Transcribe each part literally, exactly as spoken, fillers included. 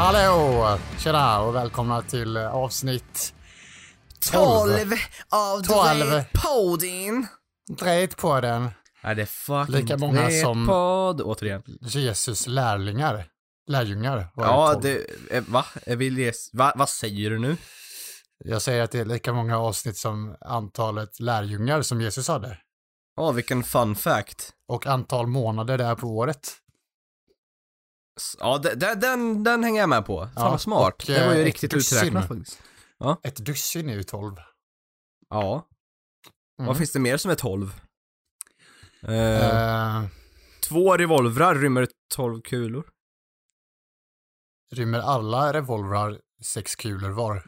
Hallå! Tjena och välkomna till avsnitt tolv av tolv. Podden. Dret på den. Är det fucking Lika många som podd återigen. Jesus lärlingar. Lärjungar var Ja, det, det är, va? Jag vill ges, va? Vad säger du nu? Jag säger att det är lika många avsnitt som antalet lärjungar som Jesus hade. Ja, vilken fun fact. Och antal månader där på året. Ja, det, det, den, den hänger jag med på. Fan Ja, vad smart. och, Det var ju eh, riktigt ett dussin. uträknat faktiskt. Ja. Ett dussin är ju tolv. Ja. Mm. Vad finns det mer som är tolv? Eh, Eh, två revolvrar rymmer tolv kulor. rymmer alla revolvrar sex kulor var?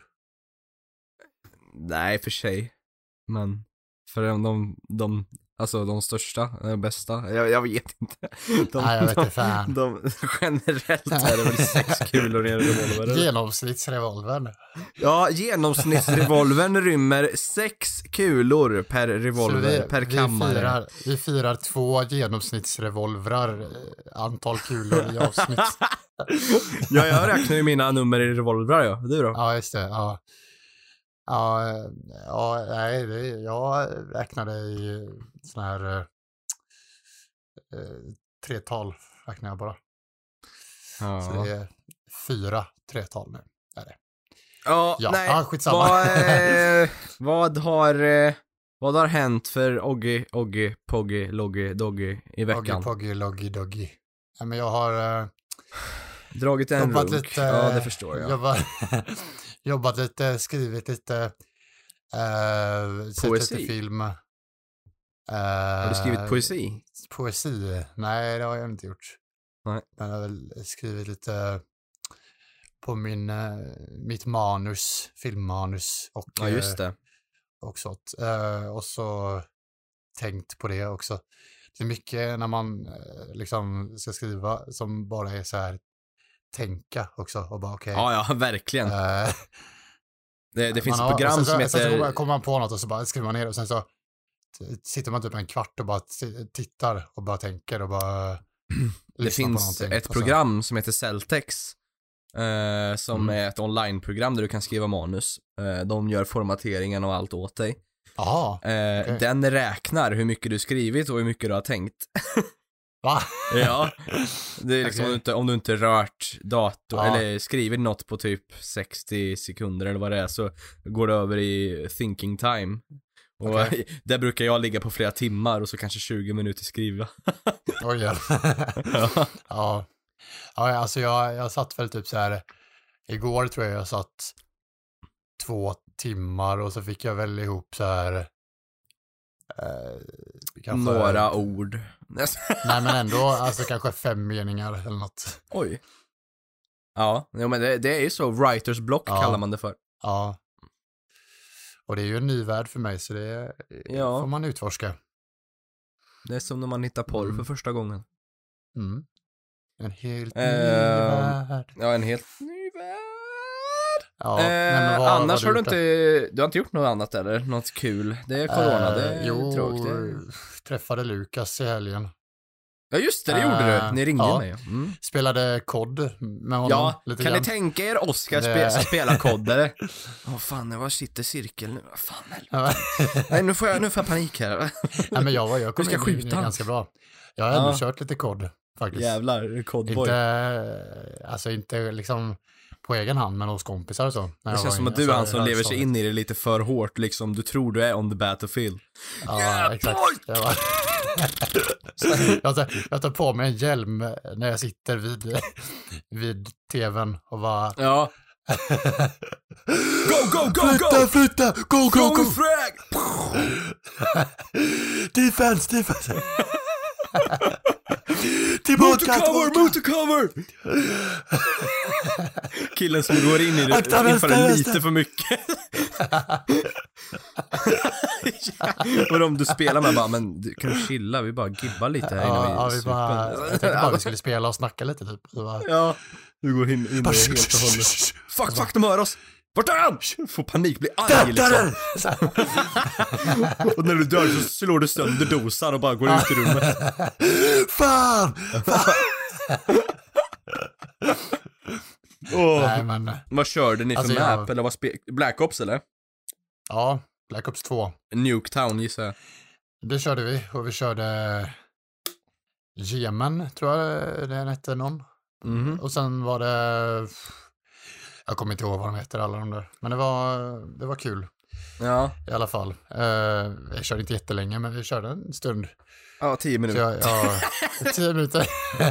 Nej, för sig. Men för de, de, de alltså de största, de bästa, jag, jag vet inte. De, Nej, jag vet de, inte fan. de, generellt är det väl sex kulor i en revolver. eller? Genomsnittsrevolvern. Ja, genomsnittsrevolvern rymmer sex kulor per revolver, vi, per vi kammare. firar, vi firar två genomsnittsrevolvrar, eh, antal kulor i avsnitt. Ja, jag räknar ju mina nummer i revolvrar, ja. Du då? Ja, just det. Ja, ja, eh, ja nej, det, jag räknade i sån här eh, eh, tretal, räknar jag bara. Så det är fyra tretal nu. Är det. Ja, Ja, nej. ja, skitsamma. Vad, eh, vad har eh, vad har hänt för Oggy, Oggy, Poggy, Loggy, Doggy i veckan? Oggy, Poggy, Loggy, Doggy. Ja, men jag har eh, Dragit en jobbat runk. lite. Ja, det förstår jag. Jobbat, jobbat lite, skrivit lite, eh, sett Poesi? lite film. Eh, Har du skrivit poesi? Poesi? Nej, det har jag inte gjort. Nej. Men jag har väl skrivit lite på min, eh, mitt manus, filmmanus och, Ja, just det. eh, och sånt. Eh, och så tänkt på det också. Det är mycket när man eh, liksom ska skriva som bara är så här tänka också och bara okej. Ja, ja, verkligen. Eh, Det, det finns man ett har- program och sen, som så, sen heter... så kommer man på något och så bara skriver man ner och sen så t- sitter man typ en kvart och bara t- tittar och bara tänker och bara Det lyssnar på finns någonting. ett Och så- program som heter Celtex. Eh, som Mm. är ett onlineprogram där du kan skriva manus. Eh, de gör formateringen och allt åt dig. Jaha, Eh, okej. Den räknar hur mycket du skrivit och hur mycket du har tänkt. va? Ja, det är liksom Okej. om, du inte, om du inte rört dator Ja. eller skrivit något på typ sextio sekunder eller vad det är, så går det över i thinking time. Och Okej. där brukar jag ligga på flera timmar och så kanske tjugo minuter skriva. Oj, ja. Ja. ja. Ja, alltså jag, jag satt väl typ så här, igår tror jag jag satt två timmar och så fick jag väl ihop så här eh, kanske, Några ord. nej men ändå, alltså kanske fem meningar eller något. Oj. Ja, jo, men det, det är ju så, writers block Ja. kallar man det för. Ja. Och det är ju en ny värld för mig så det Ja. får man utforska. Det är som när man hittar porr Mm. för första gången. Mm. En helt ny Eh, värld. Ja, en helt ny värld. Ja, Eh, nej, men vad- annars vad har du gjort inte, du har inte gjort något annat eller? Något kul? Det är corona, Eh, det är jo, tråkigt. Det... träffade Lukas i helgen. Ja just det, det Eh, gjorde du. Ni ringde ja. mig. Mm. Spelade kod med honom Ja, lite kan grann. ni tänka er Oscar Det- spe- som spelar kod eller? Åh fan, var sitter cirkeln nu? Vad fan helvete. Nej, nu får jag, nu får jag panik här. Nej, men jag, var- jag kom ska in i skjuta det han. ganska bra. Jag har ändå Ja. kört lite kod faktiskt. Jävlar, kodboy. Inte, alltså inte liksom på egen hand, men hos kompisar och så. När Det jag känns var som inne, att du är alltså, han som i lever sig högstadiet. in i det lite för hårt liksom. Du tror du är on the battlefield. Ja, Yeah, exakt. boy! Jag, var... jag, tar, jag tar på mig en hjälm när jag sitter vid, vid tvn och bara... Ja. Go, go, go, flytta, go! flytta! Go, go, Go go! frag! Defense, defense! Move Tillbaka, to cover, tillbaka! move to cover! Killen som går in i det Akta inför vänster, det vänster. lite för mycket. Och om du spelar med bara, men du kan du chilla, vi bara gibbar lite här innan Ja, vi ja, vi super. bara, jag tänkte bara vi skulle spela och snacka lite typ. Så bara, Ja, du går in, in i det helt och hållet. Fuck, fuck, de hör oss! Vart är han? Får panik, blir arg liksom. Och när du dör så slår du sönder dosan och bara går ut i rummet. Fan! Fan! Oh. Nej, men... Vad körde ni för Alltså, map? jag- Eller vad spe- Black Ops eller? Ja, Black Ops två. Nuketown gissar jag. Det körde vi och vi körde Jemen, tror jag det hette någon. Mhm. Och sen var det... Jag kommer inte ihåg vad de heter alla de där. Men det var, det var kul Ja. i alla fall. Uh, jag körde inte jättelänge, men vi körde en stund. Ja, tio Så minuter. jag, ja, tio minuter.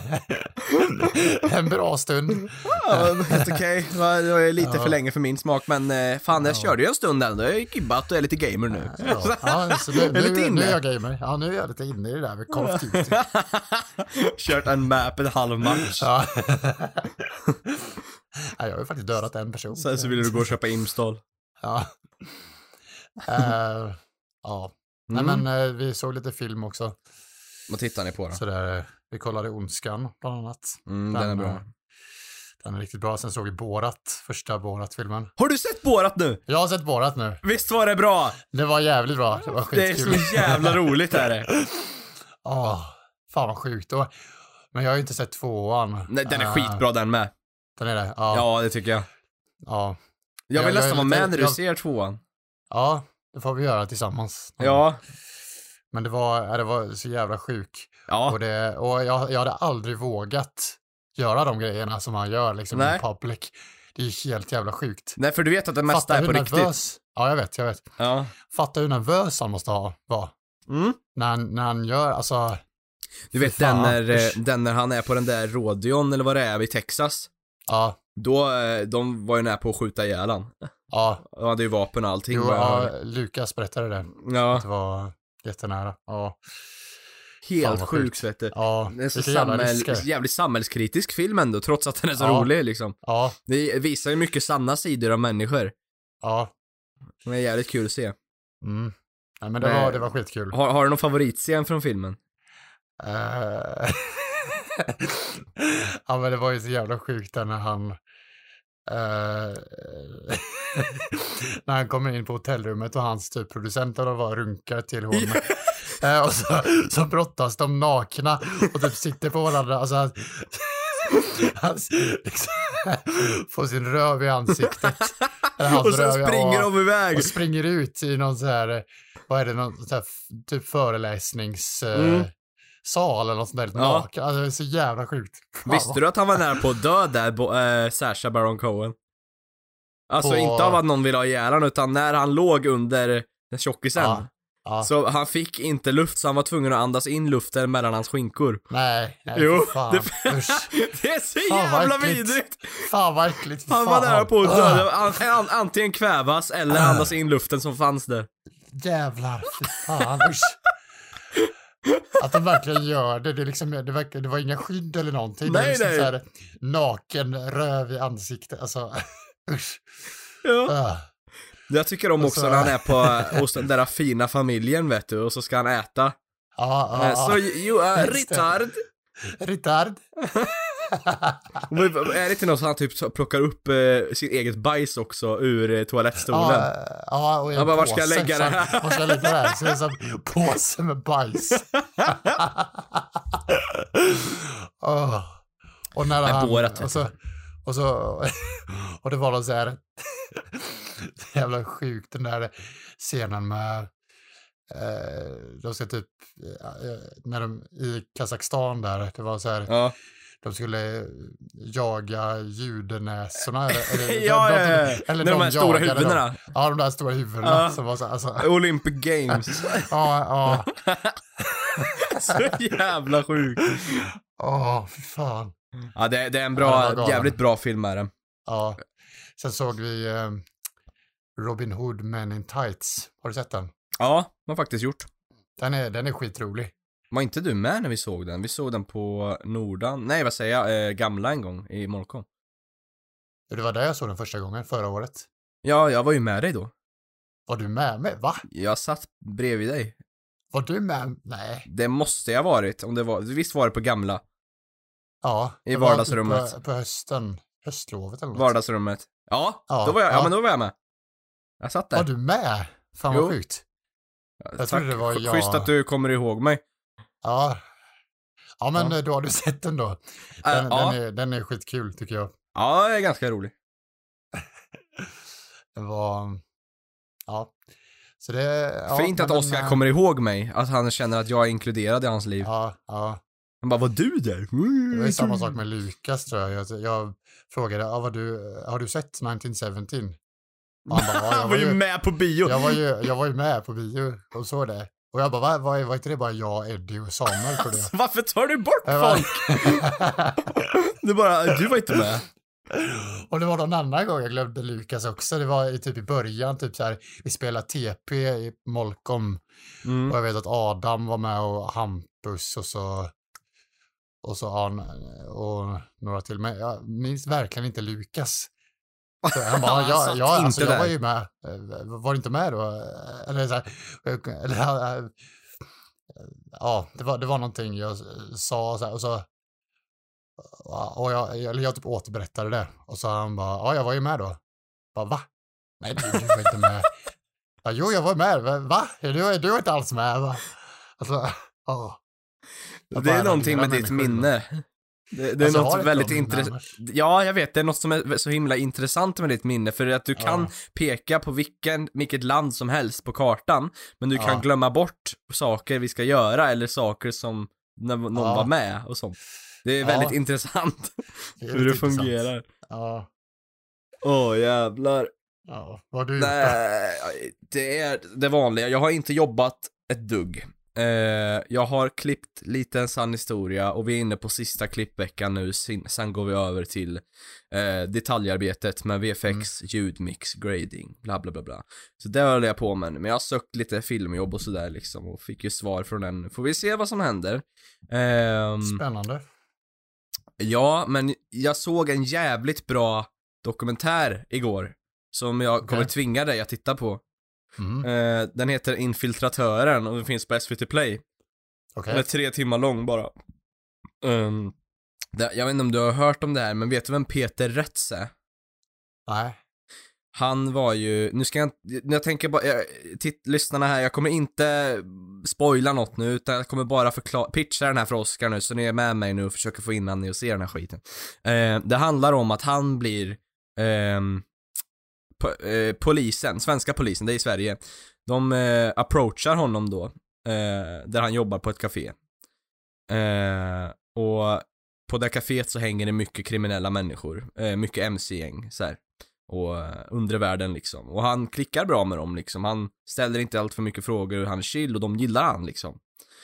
En bra stund. Ja, helt okej. Det var lite Ja. för länge för min smak, men eh, fan, jag Ja. körde ju en stund ändå. Jag är gibbat och är lite gamer nu. Ja, ja, så nu, Är lite nu, inne. nu är jag gamer. Ja, nu är jag lite inne i det där med Call of Duty. Kört en map en halv match. Ja. Ja, jag har ju faktiskt dödat en person. Sen så ville du gå och köpa install. Ja. Eh, ja. Nej, Mm. men eh, vi såg lite film också. Vad tittar ni på då? Så där, eh, vi kollade Ondskan bland annat. Mm, den är bra. eh, Den är riktigt bra. Sen såg vi Borat, första Borat-filmen. Har du sett Borat nu? Jag har sett Borat nu. Visst var det bra? Det var jävligt bra. Det var Det är skitkul. så jävla roligt är det. Åh, fan vad sjukt. Och, men jag har ju inte sett tvåan. Nej, den är Eh, skitbra den med. Den är det? Ja. Ja, det tycker jag. Ja, Jag Jag- vill jag är nästan vara lite- med när du jag- ser tvåan. ja, det får vi göra tillsammans. Ja. Men det var, ja, det var så jävla sjuk. Ja. Och, det, och jag, jag hade aldrig vågat göra de grejerna som han gör liksom Nej. i public. Det är ju helt jävla sjukt. Nej, för du vet att det mesta Fatta är hur på riktigt. nervös. Ja, jag vet, jag vet. Ja. Fatta hur nervös han måste ha, vara. Mm. När, han- när han gör, alltså... Du vet Fy den fan. när, eh, Usch. den när han är på den där radion eller vad det är i Texas. Ja, Då, eh, de var ju nära på att skjuta ihjäl han. ja. De hade ju vapen och allting. Jo, vad jag ja, hörde. Lukas berättade det. Ja, Det var jättenära. Ja, helt fan vad sjukt vet du. ja. Det är så vilka jävla samhäll, risker. jävligt samhällskritisk film ändå, trots att den är så Ja. rolig liksom. Ja, Det visar ju mycket sanna sidor av människor. ja. Det är jävligt kul att se. Mm. Nej, men det Men- var, det var skitkul. Har, har du någon favoritscen från filmen? Eh, ja, men det var ju så jävla sjukt där när han eh, när han kommer in på hotellrummet och hans typ producent eller var runkar till hon. Eh, och så, så brottas de nakna och typ sitter på varandra. Alltså han, han liksom, får sin röv i ansiktet. Eller hans Och sen röv i- springer ja, de iväg. och springer ut i någon så här, vad är det, någon så här f- typ föreläsnings eh, Mm. sal eller något sånt där Ja. naken. Alltså det är så jävla sjukt. Fan, Visste du att han var nära på att dö där, bo, äh, Sacha Baron Cohen? Alltså På- inte av att någon ville ha ihjäl honom, utan när han låg under den tjockisen. Ja. Ja. Så han fick inte luft, så han var tvungen att andas in luften mellan hans skinkor. Nej, nej, Jo, fy fan. det- Usch. Det är så Fan, vad jävla äckligt. vidrigt! Fan vad äckligt. Fy Han var fan. nära på att Ah, dö. An, an, antingen kvävas eller andas in luften som fanns där. Jävlar, fy fan. Usch. Att de verkligen gör det. Det, är liksom, det, verkar, det var inga skydd eller någonting. det är Nej, liksom nej. Så här, naken röv i ansiktet. Alltså, usch. Ja. Ah. Jag tycker om Och också så- när han är på, hos den där fina familjen vet du, och så ska han äta. Ja, ja, Eh, ja. Så you are Just det. retard. Retard. Men är det inte något så han typ så plockar upp eh, sitt eget bajs också ur eh, toalettstolen? Ja, ja, och i en Han bara, "Var ska jag påse, lägga så det här?" Var ska jag lägga det här? Så det är som en påse med bajs. Åh. Och när Men han... Borat, och, så, och så... Och det var någon så här... så jävla sjukt den där scenen med... Eh, de ska typ... Eh, när de... I Kazakstan där, det var så här... Ja. De skulle jaga judenäsorna. Eller, eller, Ja, de, ja, ja. de, eller Med de här stora jagade dem. huvudena. Ja, de där stora huvudena. Ja. Som var så, alltså, Olympic Games. ja, ja. Så jävla sjukt. Åh, fy fan. Ja, det, det är en Ja, bra, det var galen. jävligt bra film är den. Ja. Sen såg vi eh, Robin Hood Men in Tights. Har du sett den? Ja, det har faktiskt gjort. Den är, den är skitrolig. Var inte du med när vi såg den? Vi såg den på Nordan, nej vad säger jag, eh, gamla en gång i Molkom. Det var där jag såg den första gången, förra året. Ja, jag var ju med dig då. Var du med mig? Va? Jag satt bredvid dig. Var du med? Nej. Det måste jag ha varit, om det var, visst var det på gamla, Ja. I det var vardagsrummet. På, på hösten. Höstlovet eller något. vardagsrummet. Ja, Ja, då var jag, ja. ja. men då var jag med. Jag satt där. Var du med? Fan Jo. vad sjukt. Jag Tack. trodde det var jag. Schysst att du kommer ihåg mig. Ja. Ja, men Ja. då har du sett den då. Äh, Den, ja. den, är, den är skitkul tycker jag. Ja, det är ganska rolig. Det var, ja. Så det, ja, Fint att men, Oscar äh, kommer ihåg mig, att han känner att jag är inkluderad i hans liv. Ja, ja. Han bara, var du där? Det var ju samma sak med Lukas tror jag. Jag, jag frågade, ja, vad du, har du sett nitton sjutton? Och han bara, ja, Han jag var ju med på bio. Jag var ju, jag var ju med på bio och så det. Och jag bara, vad va, var inte det bara jag, Eddie och Samuel för det? Alltså, varför tar du bort Jag bara- folk? Du bara, du var inte med. Och det var någon annan gång jag glömde Lukas också. Det var i, typ i början, typ så här, vi spelade T P i Molkom. Mm. Och jag vet att Adam var med och Hampus och så och så Arne och några till. Men jag minns verkligen inte Lukas. Så han bara, Han ja, satt ja alltså, inte jag var där. ju med. Eh, Var du inte med då? Eller så här, eller, eh, ja, det var, det var någonting jag sa så här, och så och jag, eller jag typ återberättade det. Och så han bara, ja, jag var ju med då. Bara, va? Nej, du, du var inte med. Ja, jo, jag var med. Men, va? Du, du var inte alls med, va? Alltså, ja. Jag Det är bara någonting med raljerar ditt människor. minne. Det, det är Alltså, jag har något ett väldigt bra minne intressant. annars. Ja, jag vet. Det är något som är så himla intressant med ditt minne. För att du kan Ja. peka på vilken, vilket land som helst på kartan. Men du kan Ja. glömma bort saker vi ska göra. Eller saker som när någon Ja. var med och sånt. Det är Ja. väldigt intressant Det är hur det lite intressant. fungerar. Ja, Åh, oh, jävlar. ja. Vad har du gjort då? Nej, det är det vanliga. Jag har inte jobbat ett dugg. Eh, jag har klippt lite en sann historia och vi är inne på sista klippveckan nu. Sen, sen går vi över till eh, detaljarbetet med V F X, Mm. ljudmix, grading, bla bla bla bla. Så det höll jag på med. Men jag har sökt lite filmjobb och sådär liksom och fick ju svar från den. Får vi se vad som händer. Ehm, Spännande. Ja, men jag såg en jävligt bra dokumentär igår som jag Okej. kommer tvinga dig att titta på. Mm. Eh, den heter Infiltratören och den finns på S V T Play. Okej. Den är tre timmar lång bara. Um, det, jag vet inte om du har hört om det här, men vet du vem Peter Rätz är? Nej. Han var ju, nu ska jag inte, jag tänker bara, jag, titt, lyssnarna här, jag kommer inte spoila något nu, utan jag kommer bara förklara, pitcha den här för Oscar nu, så ni är med mig nu och försöker få in han i och se den här skiten. Eh, det handlar om att han blir, ehm, po, eh, polisen, svenska polisen, det är i Sverige, de eh, approachar honom då, eh, där han jobbar på ett café. Eh, och på det kaféet så hänger det mycket kriminella människor, eh, mycket M C-gäng, så här. Och uh, undre världen liksom. Och han klickar bra med dem liksom. Han ställer inte allt för mycket frågor. Han är chill och de gillar han liksom.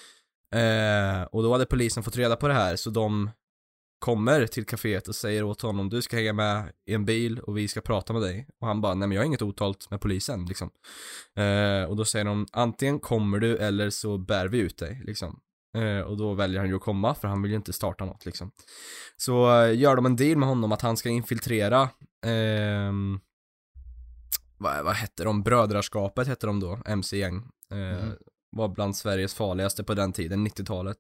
Uh, och då hade polisen fått reda på det här. Så de kommer till kaféet och säger åt honom: du ska hänga med i en bil och vi ska prata med dig. Och han bara: nej men jag har inget otalt med polisen liksom. Uh, och då säger de: antingen kommer du eller så bär vi ut dig liksom. Uh, och då väljer han ju att komma, för han vill ju inte starta något liksom. Så uh, gör de en deal med honom att han ska infiltrera um, vad, vad hette de? Brödraskapet hette de då, M C-gäng. Uh, Mm. Var bland Sveriges farligaste på den tiden, nittiotalet.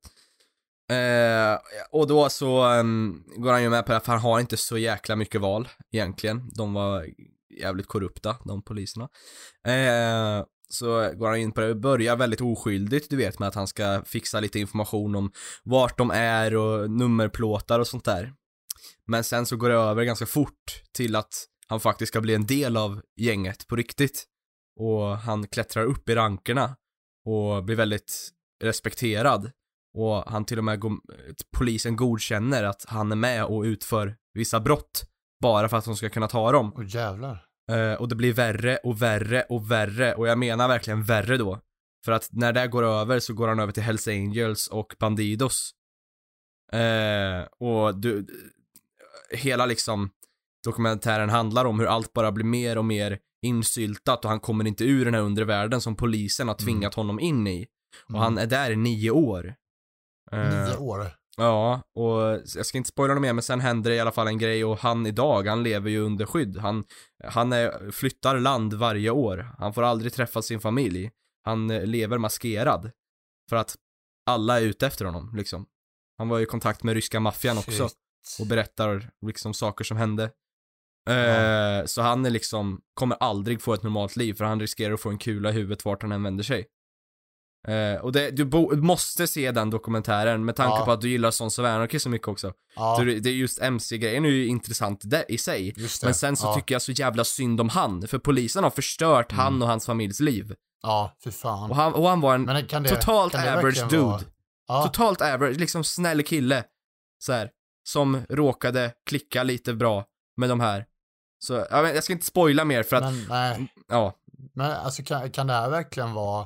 Uh, och då så um, går han ju med på det, för han har inte så jäkla mycket val egentligen. De var jävligt korrupta, de poliserna. Uh, Så går han in på det och börjar väldigt oskyldigt, du vet, med att han ska fixa lite information om vart de är och nummerplåtar och sånt där. Men sen så går det över ganska fort till att han faktiskt ska bli en del av gänget på riktigt. Och han klättrar upp i rankerna och blir väldigt respekterad. Och han till och med, går, polisen godkänner att han är med och utför vissa brott bara för att de ska kunna ta dem. Åh jävlar. Uh, och det blir värre och värre och värre. Och jag menar verkligen värre då. För att när det går över så går han över till Hells Angels och Bandidos. Uh, och du, hela liksom dokumentären handlar om hur allt bara blir mer och mer insyltat. Och han kommer inte ur den här undre världen som polisen har tvingat mm. honom in i. Och Mm. han är där i nio år. Uh, Nio år? Ja, och jag ska inte spoila något mer, men sen händer det i alla fall en grej. Och han idag, han lever ju under skydd. Han, han är, flyttar land varje år. Han får aldrig träffa sin familj. Han lever maskerad. För att alla är ute efter honom, liksom. Han var i kontakt med ryska maffian också. Shit. Och berättar liksom saker som hände. Ja. Eh, så han är liksom, kommer aldrig få ett normalt liv. För han riskerar att få en kula i huvudet vart han än vänder sig. Eh, och det, du bo, måste se den dokumentären med tanke Ja. på att du gillar Sons of Anarchy så mycket också. Ja, Så det, det är just M C-grejen är ju intressant där, i sig. just det. Men sen så ja. tycker jag så jävla synd om han, för polisen har förstört Mm. han och hans familjs liv. Ja, fy fan. Och han, och han var en Men kan det, totalt kan det average verkligen dude. vara- Ja, Totalt average, liksom snäll kille. Så här, som råkade klicka lite bra med de här. Så, jag, vet, jag ska inte spoila mer för att, men nej. ja. Men alltså kan, kan det här verkligen vara,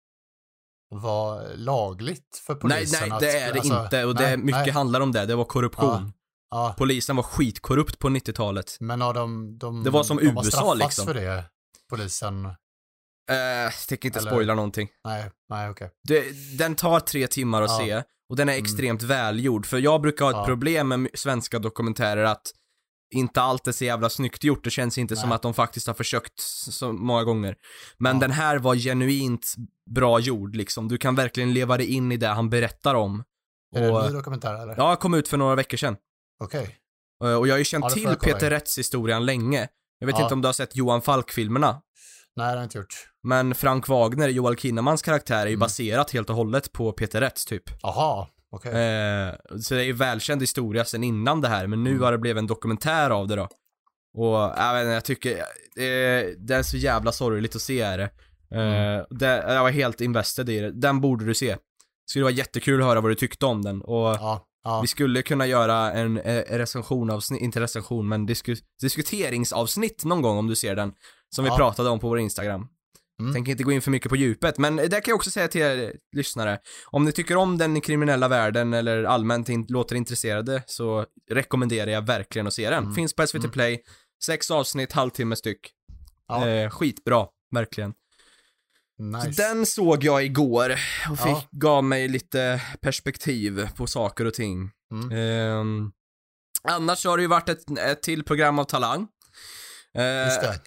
vara lagligt för Nej, polisen? nej, att- det är det alltså, inte. Och nej, det mycket nej. handlar om det. Det var korruption. Ja, Polisen var skitkorrupt på nittiotalet. men har de, de, Det var som de har U S A, straffats liksom. för det, polisen? Eh, tänker inte Eller- spoila någonting. Nej, nej okej. Det, den tar tre timmar att Ja. se. Och den är Mm. extremt välgjord. För jag brukar ha ett Ja. problem med svenska dokumentärer att inte allt är så jävla snyggt gjort. Det känns inte Nej. som att de faktiskt har försökt så många gånger. Men Ja. den här var genuint bra gjord liksom. Du kan verkligen leva dig in i det han berättar om. Är det Och- en ny dokumentär eller? Ja, kom ut för några veckor sedan. Okej. Eh, Och jag har ju känt Ja, det får till jag kolla Peter in. Rätts historien länge. Jag vet Ja. inte om du har sett Johan Falk-filmerna. Nej, det har jag inte gjort. Men Frank Wagner, Joel Kinnamans karaktär, är ju Mm. baserat helt och hållet på Peter Rätts typ. Jaha, okej. Eh, så det är ju välkänd historia sen innan det här, men nu Mm. har det blivit en dokumentär av det då. Och jag vet inte, jag tycker eh, det är så jävla sorgligt att se är det. Eh, Mm. det. Jag var helt invested i det. Den borde du se. Det skulle vara jättekul att höra vad du tyckte om den. Och Ja, ja. vi skulle kunna göra en eh, recension avsnitt, inte recension, men disku, diskuteringsavsnitt någon gång om du ser den. Som vi Ja. pratade om på vår Instagram. Mm. Tänker inte gå in för mycket på djupet, men det kan jag också säga till er lyssnare. Om ni tycker om den kriminella världen eller allmänt in, låter intresserade så rekommenderar jag verkligen att se den. Mm. Finns på S V T Mm. Play, sex avsnitt, halvtimme styck. Ja. Eh, skitbra, verkligen. Nice. Så den såg jag igår och fick, Ja. gav mig lite perspektiv på saker och ting. Mm. Ehm, annars så har det ju varit ett, ett till program av Talang. Eh, Just det.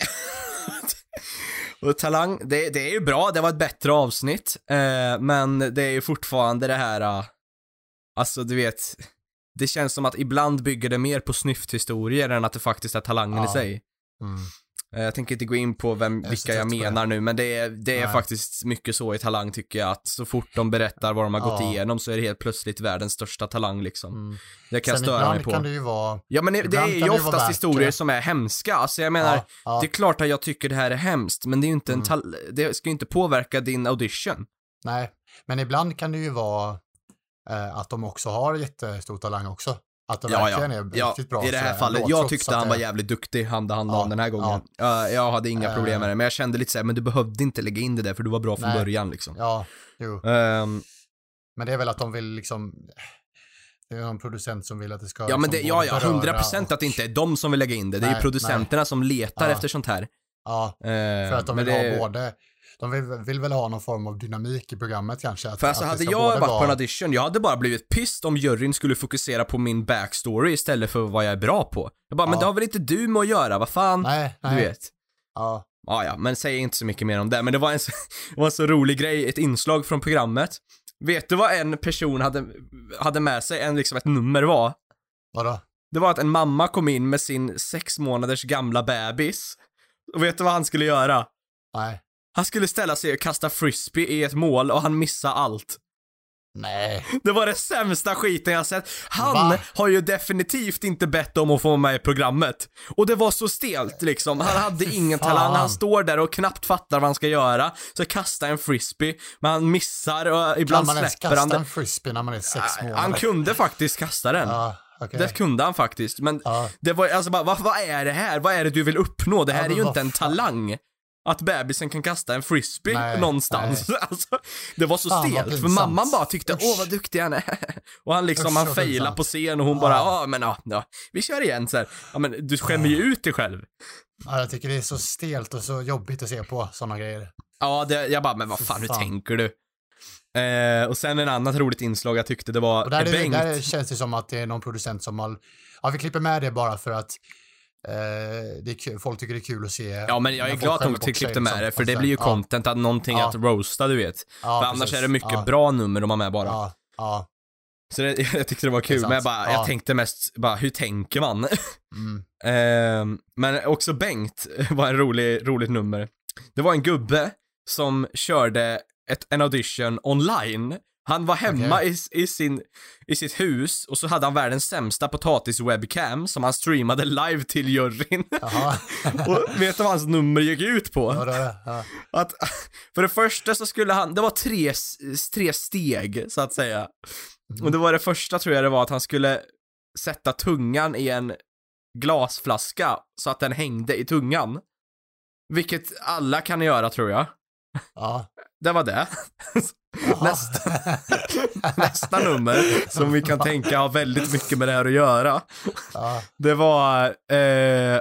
Och Talang, det, det är ju bra, det var ett bättre avsnitt. Eh, men det är ju fortfarande det här, uh, alltså du vet, det känns som att ibland bygger det mer på snyfthistorier än att det faktiskt är talangen Ja. i sig. Mm. Eh, jag tänker inte gå in på vem, Jag är så vilka jag trött på det. menar nu, men det är, det är Nej. faktiskt mycket så i Talang tycker jag, att så fort de berättar vad de har gått Ja. igenom så är det helt plötsligt världens största talang liksom. Mm. Det kan jag Sen störa ibland mig på. kan det ju vara... Ja men det ibland är ju kan det ju vara oftast värt historier det. som är hemska, alltså jag menar, Ja, ja. det är klart att jag tycker det här är hemskt, men det är ju inte en Mm. tal- det ska ju inte påverka din audition. Nej, men ibland kan det ju vara eh, att de också har jättestor talang också. Att det verkligen är ja, riktigt bra. i det här sådär, fallet, ändå, jag trots tyckte att han det- var jävligt duktig, han det handlade Ja, om den här gången. Ja. jag hade inga Eh. problem med det, men jag kände lite såhär, men du behövde inte lägga in det där för du var bra från Nej. början liksom. Ja, jo. Ehm, Men det är väl att de vill liksom... Det är någon producent som vill att det ska... ja men det, liksom ja både ja, beröra hundra procent och- att det inte är de som vill lägga in det, det är ju Nej, producenterna som letar Ja. efter sånt här. Ja, Ehm, för att de men vill det, ha både... De vill, vill väl ha någon form av dynamik i programmet kanske. Att, För alltså att det hade ska jag både varit på en vara- audition, jag hade bara blivit pissed om juryn skulle fokusera på min backstory istället för vad jag är bra på. Jag bara, men Ja. det har väl inte du med att göra, vad fan? Nej, nej. Du vet. Ja, Ja, ja, men säg inte så mycket mer om det. Men det var en så, det var en så rolig grej, ett inslag från programmet. Vet du vad en person hade, hade med sig, en, liksom ett nummer var? vadå? Det var att en mamma kom in med sin sex månaders gamla bebis. Och vet du vad han skulle göra? Nej. Han skulle ställa sig och kasta frisbee i ett mål och han missade allt. Nej. Det var det sämsta skiten jag sett. Han Va? har ju definitivt inte bett om att få med i programmet. Och det var så stelt liksom. Han hade ingen Fan. talang. Han står där och knappt fattar vad han ska göra. Så kastar en frisbee, men han missar och Kan ibland man ens släpper han kasta det. en frisbee när man är sex månader? Han kunde faktiskt kasta den. Ja, okej. Det kunde han faktiskt. Men Ja. det var alltså bara, vad, vad är det här? Vad är det du vill uppnå? Det här Ja, är men ju vad inte en fan. talang. Att bebisen kan kasta en frisbee Nej, någonstans. Alltså, det var så Fan, vad stelt, för pinsamt. mamman bara tyckte, Usch. åh vad duktig han är. Och han liksom, Usch, han vad failade pinsamt. på scen och hon Ja. bara, ja men ja, ja, vi kör igen så här. Ja men du skämmer ju ut dig själv. Ja, jag tycker det är så stelt och så jobbigt att se på sådana grejer. Ja, det, jag bara, men vad Fy fan, hur fan. tänker du? Eh, och sen en annat roligt inslag jag tyckte det var Och där, är, Bengt. där känns det som att det är någon producent som har... Ja, vi klipper med det bara för att eh, det är kul, folk tycker det är kul att se. Ja men jag är när folk glad att skämmer de bort klippte sig, med liksom. det, för Och det sen- blir ju ja, content, att någonting Ja. att roasta, du vet. Ja, För annars precis. är det mycket Ja. bra nummer de har med bara. Ja, ja. Så det, jag tyckte det var Det är kul, sant. men jag bara, Ja. jag tänkte mest bara, hur tänker man? Mm. Ehm, men också Bengt var en rolig, roligt nummer. Det var en gubbe som körde ett, en audition online. Han var hemma Okay. i, i, sin, i sitt hus och så hade han världens sämsta potatis-webcam som han streamade live till juryn. Och vet du vad hans nummer gick ut på? Ja, det, ja. Att, för det första så skulle han, det var tre, tre steg så att säga. Mm. Och det var det första tror jag det var att han skulle sätta tungan i en glasflaska så att den hängde i tungan. Vilket alla kan göra tror jag. Ja. Det var det. Nästa, nästa nummer som vi kan tänka har väldigt mycket med det här att göra. Ja. Det var eh,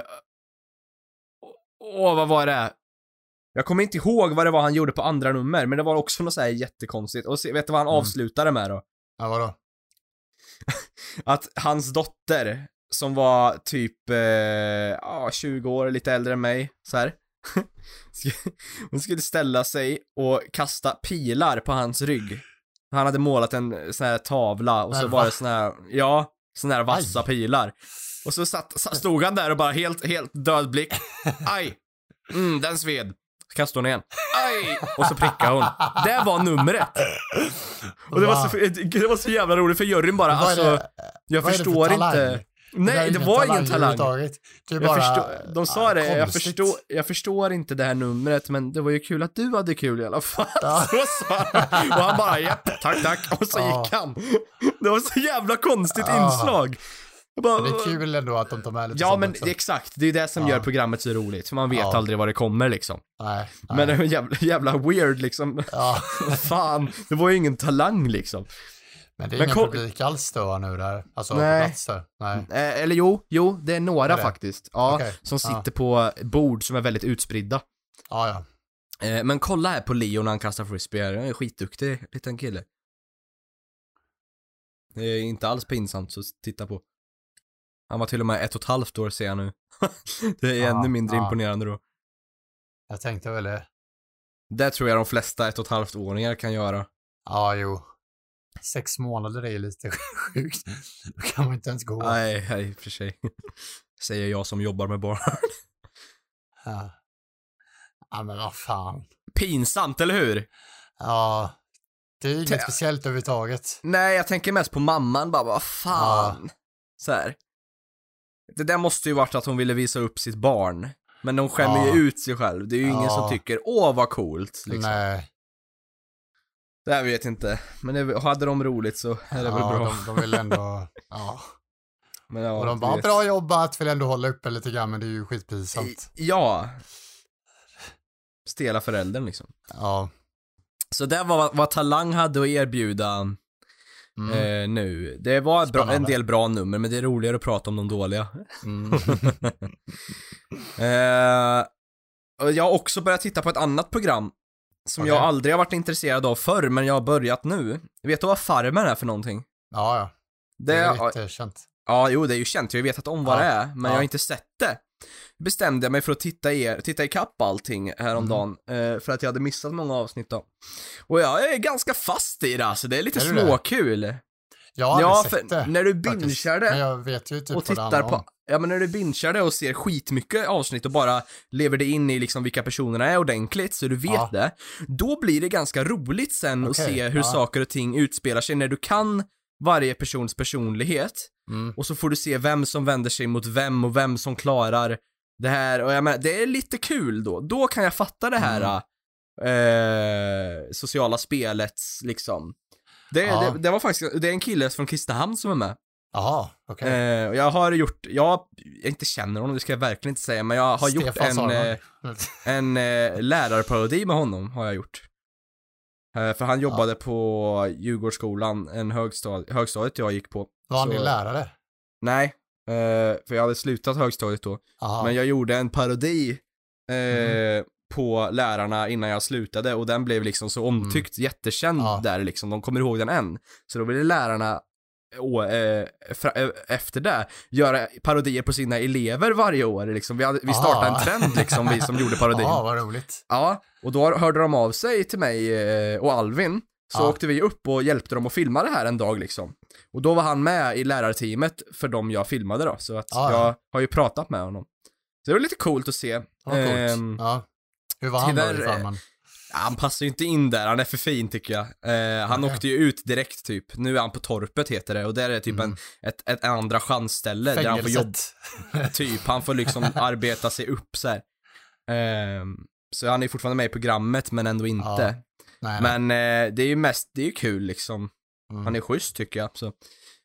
åh vad var det? Jag kommer inte ihåg vad det var han gjorde på andra nummer, men det var också något så här jättekonstigt. Och se, vet du vad han mm. avslutade med då? Ja, vadå? Att hans dotter som var typ eh, tjugo år, lite äldre än mig så här. Hon skulle ställa sig och kasta pilar på hans rygg. Han hade målat en sån här tavla och så Men, var va? det sån här, ja, sån här vassa Aj. pilar. Och så satt, stod han där och bara helt, helt död blick. Aj, mm, den sved. Kastade hon igen. Aj! Och så prickade hon. Det var numret. Och det var så, det var så jävla roligt för juryn bara, alltså, det, jag förstår inte. Nej, det, det var ingen talang. Det är jag bara, förstår, de sa ja, det, jag konstigt. förstår, jag förstår inte det här numret, men det var ju kul att du hade kul i alla fall. Ja. Så sa han. Och han bara, japp, tack, tack. Och så Ja. gick han. Det var så jävla konstigt Ja. inslag. Jag bara, Men det är kul ändå att de tar med lite ja, sånt men också. exakt, det är det som Ja. gör programmet så roligt. För man vet Ja. aldrig vad det kommer liksom. Nej, nej. Men det var jävla, jävla weird liksom. Ja. Fan, det var ju ingen talang liksom. Men det är Men ingen kom- publik alls då nu där. Alltså Nej. på plats där. Nej. Eh, eller jo, jo, det är några Är det? faktiskt. Ja, Okej. som Ja. sitter på bord som är väldigt utspridda. Ja, ja. Eh, men kolla här på Leo när han kastar frisbee. Han är en skitduktig liten kille. Det är inte alls pinsamt så titta på. Han var till och med ett och ett halvt år ser jag nu. Det är Ja, ännu mindre ja. imponerande då. Jag tänkte väl det. Det tror jag de flesta ett och ett halvt åringar kan göra. Ja, jo. Sex månader är ju lite sjukt. Då kan man inte ens gå. Nej, nej, för sig. Säger jag som jobbar med barn. Ja. Ja, men vad fan. Pinsamt, eller hur? Ja. Det är inget Te- speciellt överhuvudtaget. Nej, jag tänker mest på mamman. Bara, vad fan. Så här. Det där måste ju varit att hon ville visa upp sitt barn. Men hon skämmer Ja. ju ut sig själv. Det är ju ingen Ja. som tycker, åh vad coolt. Liksom. Nej. Det här vet jag inte. Men det, hade de roligt så är det väl Ja, bra. de, de vill ändå... Ja. Men ja, Och de du bara, vet. bra jobbat, vill ändå hålla uppe lite grann, men det är ju skitpinsamt. Ja. Stela föräldern liksom. Ja. Så det var vad Talang hade att erbjuda Mm. eh, nu. Det var bra, en Spännande. del bra nummer, men det är roligare att prata om de dåliga. Mm. eh, och jag har också börjat titta på ett annat program som Okej. jag aldrig har varit intresserad av förr, men jag har börjat nu. Vet du vad Farmen är för någonting? Ja, ja. Det, Det är ja, lite känt. ja, jo, det är ju känt. Jag vet att om vad Ja. det är, men Ja. jag har inte sett det. Bestämde jag mig för att titta, er, titta i kapp allting häromdagen, Mm. eh, för att jag hade missat många avsnitt då. Och jag är ganska fast i det, alltså. Det är lite Är du det? småkul. Jag har Ja, aldrig för sett det. när du faktiskt. bingear Men det jag vet ju typ och vad det tittar handlar på, om. ja men när du bingear det och ser skitmycket avsnitt och bara lever det in i liksom vilka personerna är ordentligt så du vet Ja. det, då blir det ganska roligt sen att Okej, se hur ja. saker och ting utspelar sig när du kan varje persons personlighet Mm. och så får du se vem som vänder sig mot vem och vem som klarar det här och jag menar, det är lite kul då. Då kan jag fatta det här Mm. eh, sociala spelets liksom. Det, Ja. det, det var faktiskt, det är en kille från Kristinehamn som är med. Jaha, okej. Eh, och jag har gjort, jag, jag inte känner honom, det ska jag verkligen inte säga, men jag har gjort Stefan en, Sarman. eh, en eh, lärarparodi med honom, har jag gjort. Eh, för han jobbade på Djurgårdsskolan, en högstad, högstadiet jag gick på. Var han så- din lärare? Nej, eh, för jag hade slutat högstadiet då. Aha. Men jag gjorde en parodi eh, Mm. på lärarna innan jag slutade och den blev liksom så omtyckt, jättekänd Ja. där liksom, de kommer ihåg den än. Så då ville lärarna å, eh, fra, eh, efter det göra parodier på sina elever varje år liksom. Vi, hade, vi startade Ah. en trend liksom, vi som gjorde parodin. Ja, vad roligt. Ja, och då hörde de av sig till mig eh, och Alvin. Så Ja. åkte vi upp och hjälpte dem att filma det här en dag liksom. Och då var han med i lärarteamet för dem jag filmade då. Så att Ja, ja. jag har ju pratat med honom. Så det var lite coolt att se. Vad coolt. Ehm, Ja. Hur var han då i tyvärr, Farman? Ja, han passar ju inte in där, han är för fin tycker jag. Eh, han Okej. åkte ju ut direkt typ. Nu är han på Torpet heter det och där är det typ Mm. en, ett, ett andra chansställe där han får jobb. Fängelset. Typ, han får liksom arbeta sig upp så här. Ehm, så han är fortfarande med i programmet men ändå inte. Ja. Nej, nej. Men eh, det är ju mest, det är ju kul liksom. Mm. Han är schysst tycker jag. Så. Eh,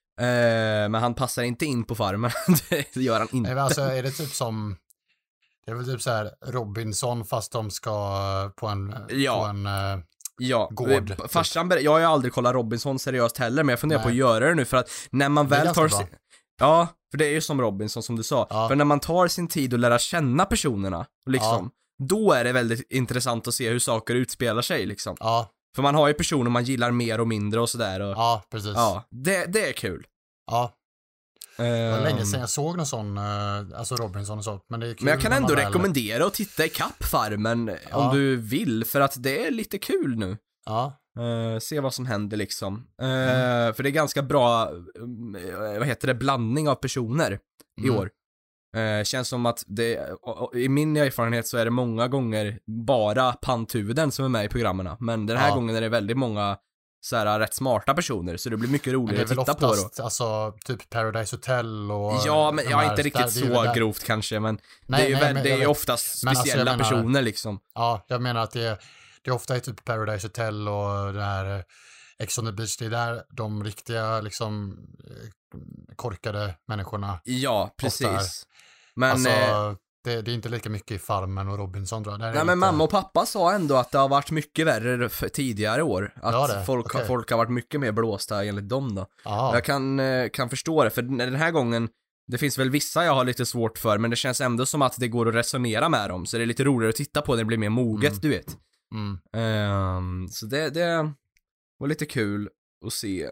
men han passar inte in på Farmen. Det gör han Nej, inte. men alltså är det typ som, det är väl typ så här Robinson fast de ska på en, Ja. på en uh, Ja, gård, eh, farsan, ber- jag har ju aldrig kollat Robinson seriöst heller, men jag funderar Nej. på att göra det nu för att när man Det är väl ganska tar bra. sin... Ja, för det är ju som Robinson som du sa. Ja. För när man tar sin tid att lära känna personerna, liksom, då är det väldigt intressant att se hur saker utspelar sig, liksom. ja, För man har ju personer man gillar mer och mindre och sådär och... ja, precis. Ja, det, det är kul. Ja. Det var Ehm, länge sedan jag såg någon sån, uh, alltså Robinson och så, men det är kul. Men jag kan när man ändå väl- rekommendera att titta i kapp Farmen Ja. om du vill, för att det är lite kul nu. Ja, Uh, se vad som händer liksom. Uh, Mm. För det är ganska bra, um, eh, vad heter det, blandning av personer i Mm. år. Uh, känns som att det, och- och i min erfarenhet så är det många gånger bara panthuvuden som är med i programmen. Men den här Ja. gången är det väldigt många så här, rätt smarta personer, så det blir mycket men det roligare är att väl titta på oftast, då. alltså typ Paradise Hotel och... Ja, men de jag är här- inte riktigt där- det är ju så där- grovt kanske, men Nej, det är ju, nej, väl, men det jag är ju vet- oftast men alltså, jag speciella menar- personer liksom. Ja, jag menar att det är, det är ofta i typ Paradise Hotel och det här eh, Ex on the Beach, det är där de riktiga liksom eh, korkade människorna. Ja, Ofta är- precis. Men... alltså, eh, det, det är inte lika mycket i Farmen och Robinson tror jag. Där är Nej det men lite- mamma och pappa sa ändå att det har varit mycket värre för tidigare år. Att Ja, det. folk, Okej. folk har varit mycket mer blåsta enligt dem då. Ja, Jag kan, eh, kan förstå det, för den här gången, det finns väl vissa jag har lite svårt för, men det känns ändå som att det går att resonera med dem. Så det är lite roligare att titta på, det blir mer moget, Mm. du vet. mm. Ehm, så det, det var lite kul att se.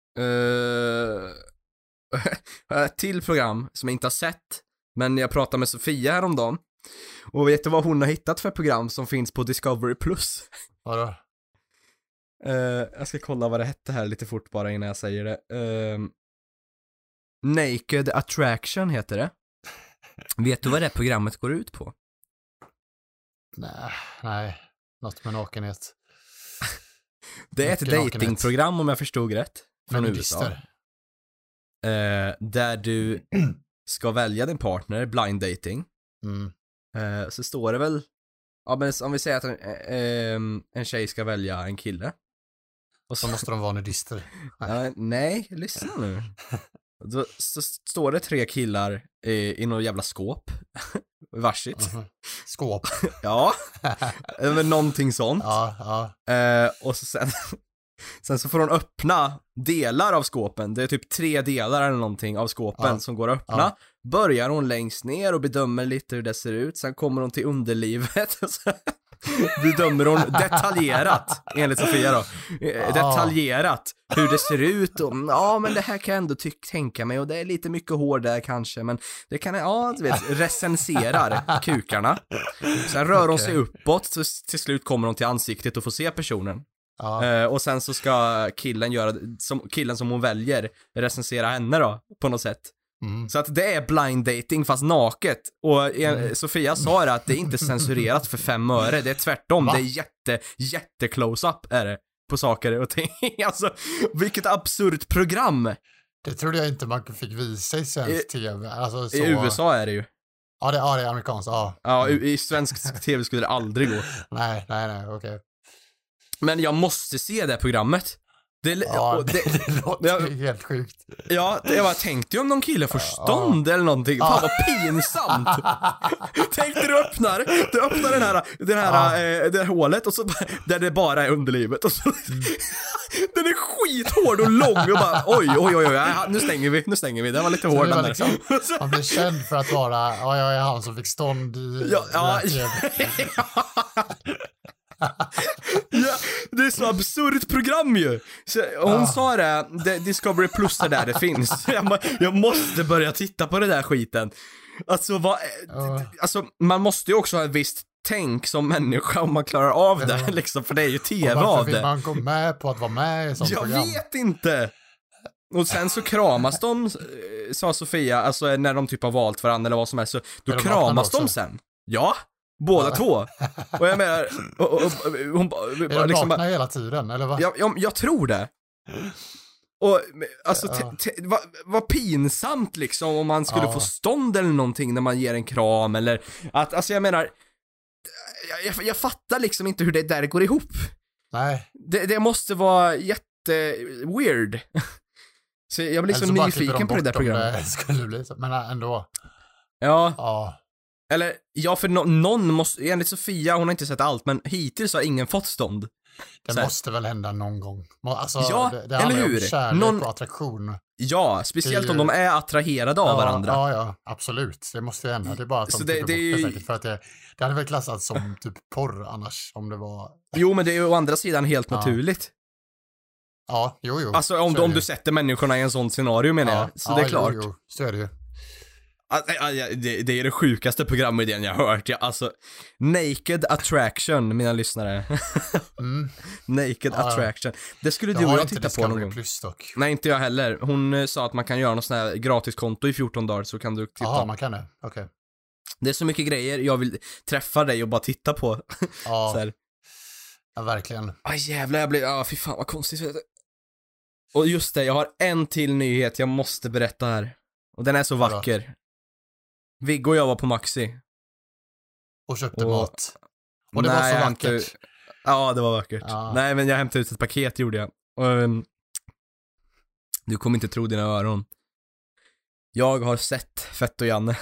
Uh, ett till program som jag inte har sett, men jag pratade med Sofia häromdagen. Och vet du vad hon har hittat för program som finns på Discovery Plus? Vadå? Uh, jag ska kolla vad det hette här lite fort bara innan jag säger det. Uh, Naked Attraction heter det. Vet du vad det programmet går ut på? Nej, nej, något med nakenhet. Det är ett Mycket nakenhet. datingprogram om jag förstod rätt. Från Men U S A. nudister. Eh, där du ska välja din partner, blind dating. Mm. Eh, så står det väl, ja men om vi säger att en, eh, en tjej ska välja en kille. Och Så måste de vara nudister. Ja, nej, lyssna nu. Då så står det tre killar i, i något jävla skåp. Varsitt. Mhm. Skåp. Ja, men någonting sånt. Ja, ja. Eh, och så sen, sen så får hon öppna delar av skåpen. Det är typ tre delar eller någonting av skåpen Ja. som går att öppna. Ja. Börjar hon längst ner och bedömer lite hur det ser ut. Sen kommer hon till underlivet. Och så bedömer hon detaljerat, enligt Sofia då. Eh, Ja. Detaljerat hur det ser ut. Och, ja, men det här kan jag ändå tyck- tänka mig. Och det är lite mycket hår där kanske. Men det kan jag, ja, du vet, recenserar kukarna. Sen rör hon sig uppåt. Så till slut kommer hon till ansiktet och får se personen. Ja. Eh, och sen så ska killen göra, som, killen som hon väljer, recensera henne då, på något sätt. Mm. Så att det är blind dating fast naket. Och eh, Mm. Sofia sa det att det är inte censurerat för fem öre, det är tvärtom, Va? det är jätte, jätte close-up är det. På saker och ting. Alltså, vilket absurt program. Det trodde jag inte man fick visa i svensk I- tv. Alltså, så... I U S A är det ju. Ja, det, ja, det är amerikanskt. Ja. Ja, i, i svensk tv skulle det aldrig gå. Nej, nej, nej, okej. Men jag måste se det programmet. Det, Ja, och det, det, det låter jag- ju helt sjukt. ja, jag bara tänkte ju om någon kille får stånd eller någonting. Fan vad pinsamt. Tänk dig du öppnar, du öppnar den här, den här, Ja. eh, det här hålet och så bara- där det bara är underlivet och så den är skithård och lång och bara oj, oj, oj, oj, ja, nu stänger vi, nu stänger vi, den var lite Så hård det den var där. liksom- Så- Han blir känd för att vara, ja, jag är han som fick stånd i Ja, ja, den här T V. ja, det är så absurt program ju. Så hon Ja. sa det, det, Discovery Plus är där det finns. Jag, må- jag måste börja titta på det där skiten. Alltså vad, Ja. alltså man måste ju också ha ett visst tänk som människa om man klarar av det Ja. liksom, för det är ju Och tv varför av vill det. man gå med på att vara med i sånt Jag program? vet inte. Och sen så kramas de, eh, sa Sofia, alltså när de typ har valt varandra eller vad som helst, så då Är de nakna kramas också? de sen. Ja, Båda Ja. två. Och jag menar, och, och, och, hon bara... Är de Liksom nakna bara, hela tiden, eller vad? jag, jag, jag tror det. Och alltså, Ja. te, te, vad, vad pinsamt liksom om man skulle Ja. få stånd eller någonting när man ger en kram eller att, alltså jag menar, jag, jag, jag fattar liksom inte hur det där går ihop. Nej. Det, det måste vara jätte weird. Så jag blir Eller så bara klipper nyfiken de på det där bort om programmet. Det skulle bli så. Men ändå. Ja, Ja. eller ja, för no, någon måste, enligt Sofia, hon har inte sett allt, men hittills har ingen fått stånd. Det Så här. måste väl hända någon gång. Må- Alltså, Ja, det, det eller handlar ju hur? om kärlek Någon- och attraktion. Ja, speciellt Det är om ju- de är attraherade av ja, varandra. Ja, ja, absolut. Det måste ju hända. Det är bara att de Så det- klipper det är bort ju- det säkert. För att det, det hade väl klassats som typ porr annars, om det var... Jo, men det är ju å andra sidan helt Ja. naturligt. Ja, jo, jo. Alltså om, så är om det du ju. sätter människorna i en sån scenario menar ja, jag. Så ja, det är klart. Jo, jo, så är det ju. Alltså, ja, ja, det, det är det sjukaste programidén jag har hört. Ja, alltså, Naked Attraction, mina lyssnare. Mm. Naked Ja, ja. Attraction. Det skulle Jag du och har jag inte titta på någon Discovery gång. Plus dock. Nej, inte jag heller. Hon eh, sa att man kan göra något sån här gratiskonto i fjorton dagar så kan du titta. Jaha, man kan det. Okej. Det är så mycket grejer jag vill träffa dig och bara titta på. så Ja, här. ja, verkligen. Ah, jävlar, jag blir, ah, fy fan vad konstigt. Och just det, jag har en till nyhet jag måste berätta här. Och den är så Vadå? vacker. Viggo och jag var på Maxi. Och köpte Och- mat. Och det var Nej, så jag vackert. hämtade- Ja, det var vackert. Ja. Nej, men jag hämtade ut ett paket, gjorde jag. Och, um, du kommer inte tro dina öron. Jag har sett Fett och Janne.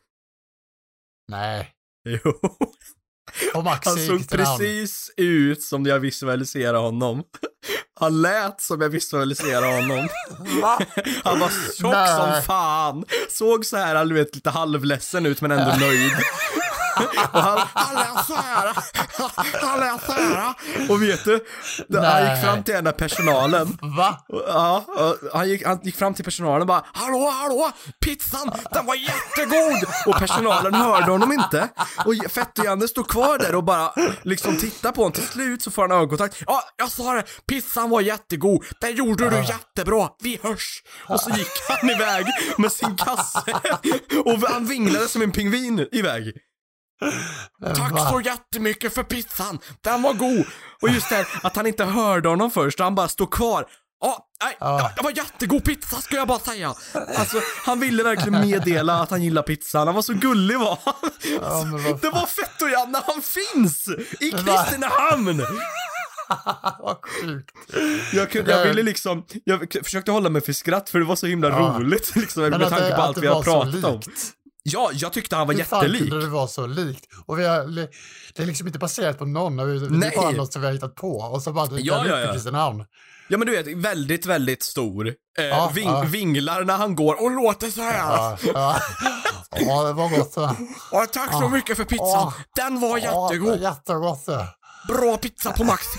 Nej. Jo. Och Maxi Han såg gick till namn. precis ut som jag visualiserade honom. Han lät som jag visualiserade honom. Va? Han var tjock Nej. som fan. Såg så här, du vet, lite halvledsen ut men ändå nöjd. Och han, han lät så här. Han lät så här. Och vet du, han Nej. gick fram till en av personalen. Va? Ja, och han gick, han gick fram till personalen och bara hallå, hallå, pizzan, den var jättegod! Och personalen hörde honom inte. Och Fett och Janne stod kvar där och bara liksom tittar på honom. Till slut så får han ögonkontakt. Ja, jag sa det, pizzan var jättegod. Det gjorde du jättebra, vi hörs. Och så gick han iväg med sin kasse. Och han vinglade som en pingvin iväg. Tack Va? så jättemycket för pizzan, den var god. Och just det, att han inte hörde honom först, han bara stod kvar. Ja, nej, Ja. det var jättegod pizza ska jag bara säga. Alltså, han ville verkligen meddela att han gillar pizzan, han var så gullig var han. Ja, men vad Det var Fett och Janne, han finns i Men vad- Kristinehamn. Vad sjukt. Jag, kunde, jag ville liksom, jag försökte hålla mig för skratt för det var så himla Ja. roligt liksom, med Men att tanke det, på att allt det vi har var så pratat om. likt. Ja, jag tyckte han var Hur fan jättelik. kunde det vara så likt? Och vi har, det är liksom inte baserat på någon, det är Nej. bara något som vi har hittat på. Och så bara, det Ja, är ja, lite ja. Kristinehamn. Ja men du vet, väldigt, väldigt stor. Eh, Ja, ving, ja. Vinglar när han går och låter så här. Ja, ja. Ja, det var gott. Ja, Åh, tack så Ja. mycket för pizzan. Ja. Den var Ja, jättegod. jättegott. Bra pizza på Maxi.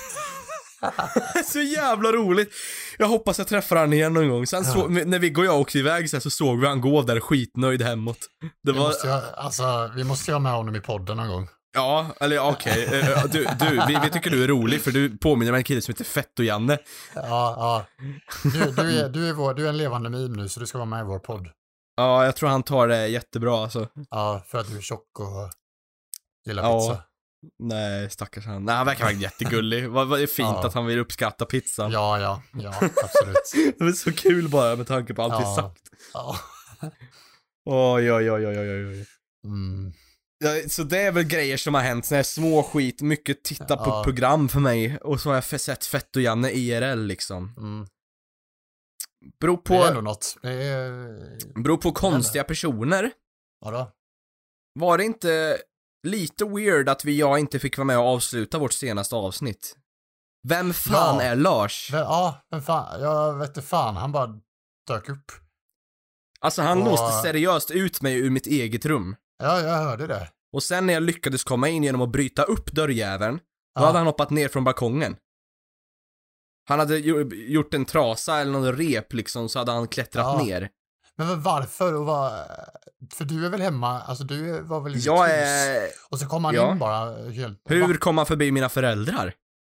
Så jävla roligt. Jag hoppas jag träffar han igen någon gång. Sen så, när Viggo och jag åkte iväg så, här, så såg vi han gå där skitnöjd hemåt. Det Vi var, måste, ju- alltså, vi måste ju ha med honom i podden någon gång. ja, eller ja, okej. Eh, Du, du vi, vi tycker du är rolig för du påminner mig om en kille som heter Fett och Janne. Ja, ja. Du, du, är, du, är vår, du är en levande meme nu, så du ska vara med i vår podd. Ja, jag tror han tar det jättebra alltså. Ja, för att du är tjock och gillar Ja. pizza. Nej, stackars han. Nej, han verkar vara jättegullig. Vad, vad är fint Ja. att han vill uppskatta pizzan. Ja, ja, ja, absolut. Det är så kul bara med tanke på allt vi Ja. sagt. Ja. Oj, oj, oj, oj, oj, oj. Mm. Ja, så det är väl grejer som har hänt, såna här små skit, mycket titta på Ja. program för mig. Och så har jag f- sett Fett och Janne I R L liksom. Mm. Beror Det är ändå på, något. Det är... beror på konstiga personer. Vadå? Var det inte lite weird att vi jag inte fick vara med och avsluta vårt senaste avsnitt? Vem fan Ja. är Lars? Men, ja, men fan, jag vet inte fan, han bara dök upp. Alltså han Och- låste seriöst ut mig ur mitt eget rum. Ja, jag hörde det. Och sen när jag lyckades komma in genom att bryta upp dörrjäveln, då Ja. hade han hoppat ner från balkongen. Han hade ju- gjort en trasa eller någon rep liksom, så hade han klättrat Ja. ner. Men varför och vad... För du är väl hemma, alltså du var väl i ditt Jag hus? är... Och så kom han Ja. in bara helt... Hur Va? kom han förbi mina föräldrar?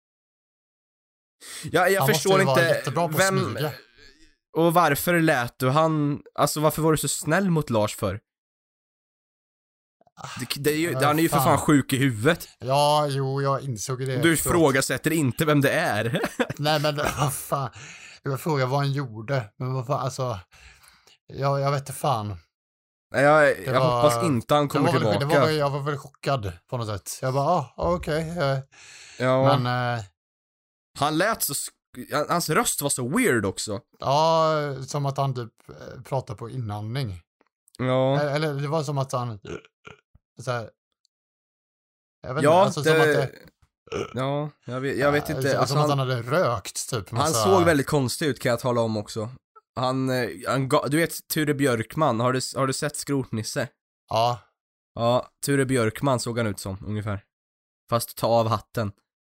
Ja, jag Han måste förstår ju vara inte jättebra på att vem... smyga. Och varför lät du han... Alltså varför var du så snäll mot Lars för? Det, det är ju, Ja, han är ju för fan. fan sjuk i huvudet. Ja, jo, jag insåg det. Du efteråt. ifrågasätter inte vem det är. Nej, men vad fan. Jag frågade vad han gjorde. Men vad fan, alltså. Jag, jag vet inte fan. Jag, jag var- hoppas inte han kommer det var väl, tillbaka. det var, jag var väl chockad på något sätt. Jag bara, ah, okej. eh, Ja, Men, eh, han lät så... sk- Hans röst var så weird också. ja, som att han typ eh, pratade på inandning. Ja, Eh, Eller det var som att han, så här, jag vet inte, ja, alltså det... som att det, Ja, jag vet, jag vet eh, inte. som Alltså, att han, han hade rökt typ. han massa- såg väldigt konstig ut kan jag tala om också. Han, eh, han ga, du vet Ture Björkman, har du, har du sett Skrotnisse? Ja, Ja, Ture Björkman såg han ut som, ungefär. Fast ta av hatten.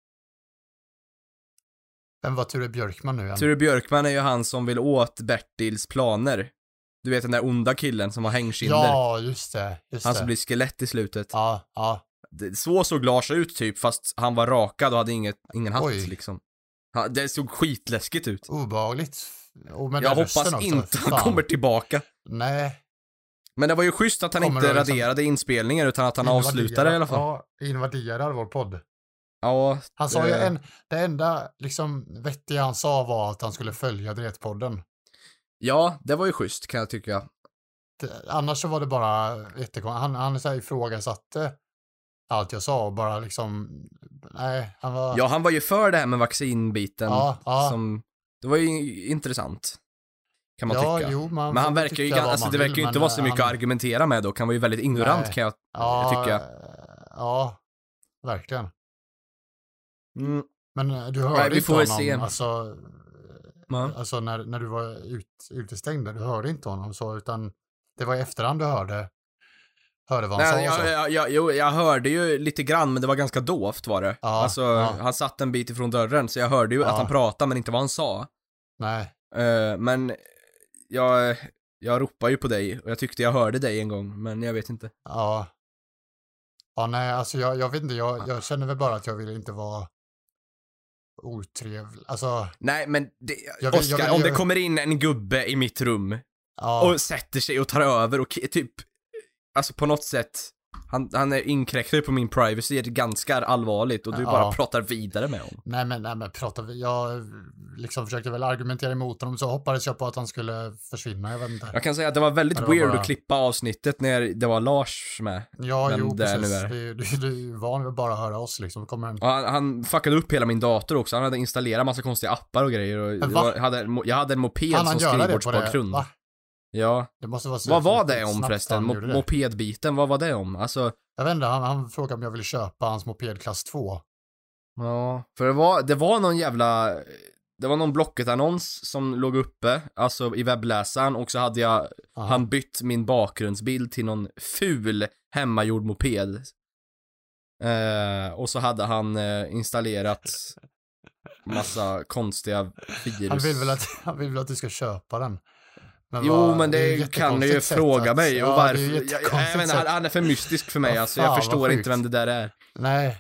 vem var Ture Björkman nu igen? Ture Björkman är ju han som vill åt Bertils planer. Du vet den där onda killen som har hängkinder. Ja, just det, just Han det. som blir skelett i slutet. Ja, ja. Det- Så såg Lars ut typ, fast han var rakad och hade inget, ingen hatt Oj. liksom. Han, det såg skitläskigt ut. Obehagligt. Och med Jag den rösten hoppas också, inte han fan. kommer tillbaka. Nej. Men det var ju schysst att han Kommer inte det liksom- raderade inspelningen utan att han avslutade i alla fall. Ja, invaderade vår podd. Ja, Han sa ju det- en, det enda liksom vettiga han sa var att han skulle följa Dretpodden. ja, det var ju schysst kan jag tycka. Det, annars så var det bara jättekonstigt. Han, han så här ifrågasatte allt jag sa och bara liksom, nej, han var... Ja, han var ju för det här med vaccinbiten. Ja, ja. Som, det var ju intressant. Kan man ja, tycka. jo, man Men han får verkar ju, tycka vad alltså man det vill, verkar ju men, inte vara så mycket han, att argumentera med dock. Han var ju väldigt ignorant Nej. kan jag, ja, jag tycka. Ja, verkligen. Mm. Men eh, du hörde Nej, vi inte får väl honom, se. alltså, Ja. alltså när, när du var ut, utestängd, där, du hörde inte honom så, utan det var i efterhand du hörde, hörde vad han Nej, sa och jag, så. jag, jag, jo, jag hörde ju lite grann, men det var ganska dovt var det. Ja, alltså, ja. han satt en bit ifrån dörren, så jag hörde ju Ja. att han pratade, men inte vad han sa. Nej, Eh, men jag, jag ropade ju på dig, och jag tyckte jag hörde dig en gång, men jag vet inte. ja. Ja, nej, alltså jag, jag vet inte, jag, jag känner väl bara att jag vill inte vara otrevlig, alltså, Nej, men det, Jag vill- Oscar, jag vill- om det jag- kommer in en gubbe i mitt rum ja, och sätter sig och tar över och ki- typ, alltså på något sätt, han, han är inkräktare på min privacy, det är ganska allvarligt, och du Ja. bara pratar vidare med honom. nej men, nej men pratar vi, jag liksom försökte väl argumentera emot honom, så hoppades jag på att han skulle försvinna, jag vet inte. Jag kan säga att det var väldigt Men det var weird bara- att klippa avsnittet när det var Lars med. Ja, Men jo, det är precis. nu är. Du, du, du är ju van vid att bara höra oss liksom. Kommer en... Och han, han fuckade upp hela min dator också, han hade installerat massa konstiga appar och grejer och Men va? jag hade, en mo- jag hade en moped Kan han som göra det på det? skrivbordsbakgrund. Va? Ja. Det måste vara så Vad var det om snabbt förresten? han Mo- gjorde det. mopedbiten, vad var det om? Alltså, Jag vet inte, han, han frågade om jag ville köpa hans moped klass två. ja, för det var, det var någon jävla, det var någon Blocket-annons som låg uppe, alltså i webbläsaren, och så hade jag, Aha. han bytt min bakgrundsbild till någon ful hemmagjord moped. Eh, och så hade han eh, installerat massa konstiga virus. Han vill väl att, han vill väl att du ska köpa den. Men Jo, vad- men är ju det kan du ju jättekonstigt sätt fråga att- mig, och ja, varför, det är ju jag, jag, jättekonstigt jag vet inte, sätt. han, han är för mystisk för mig, Vad alltså jag fan, vad förstår sjukt. inte vem det där är. Nej,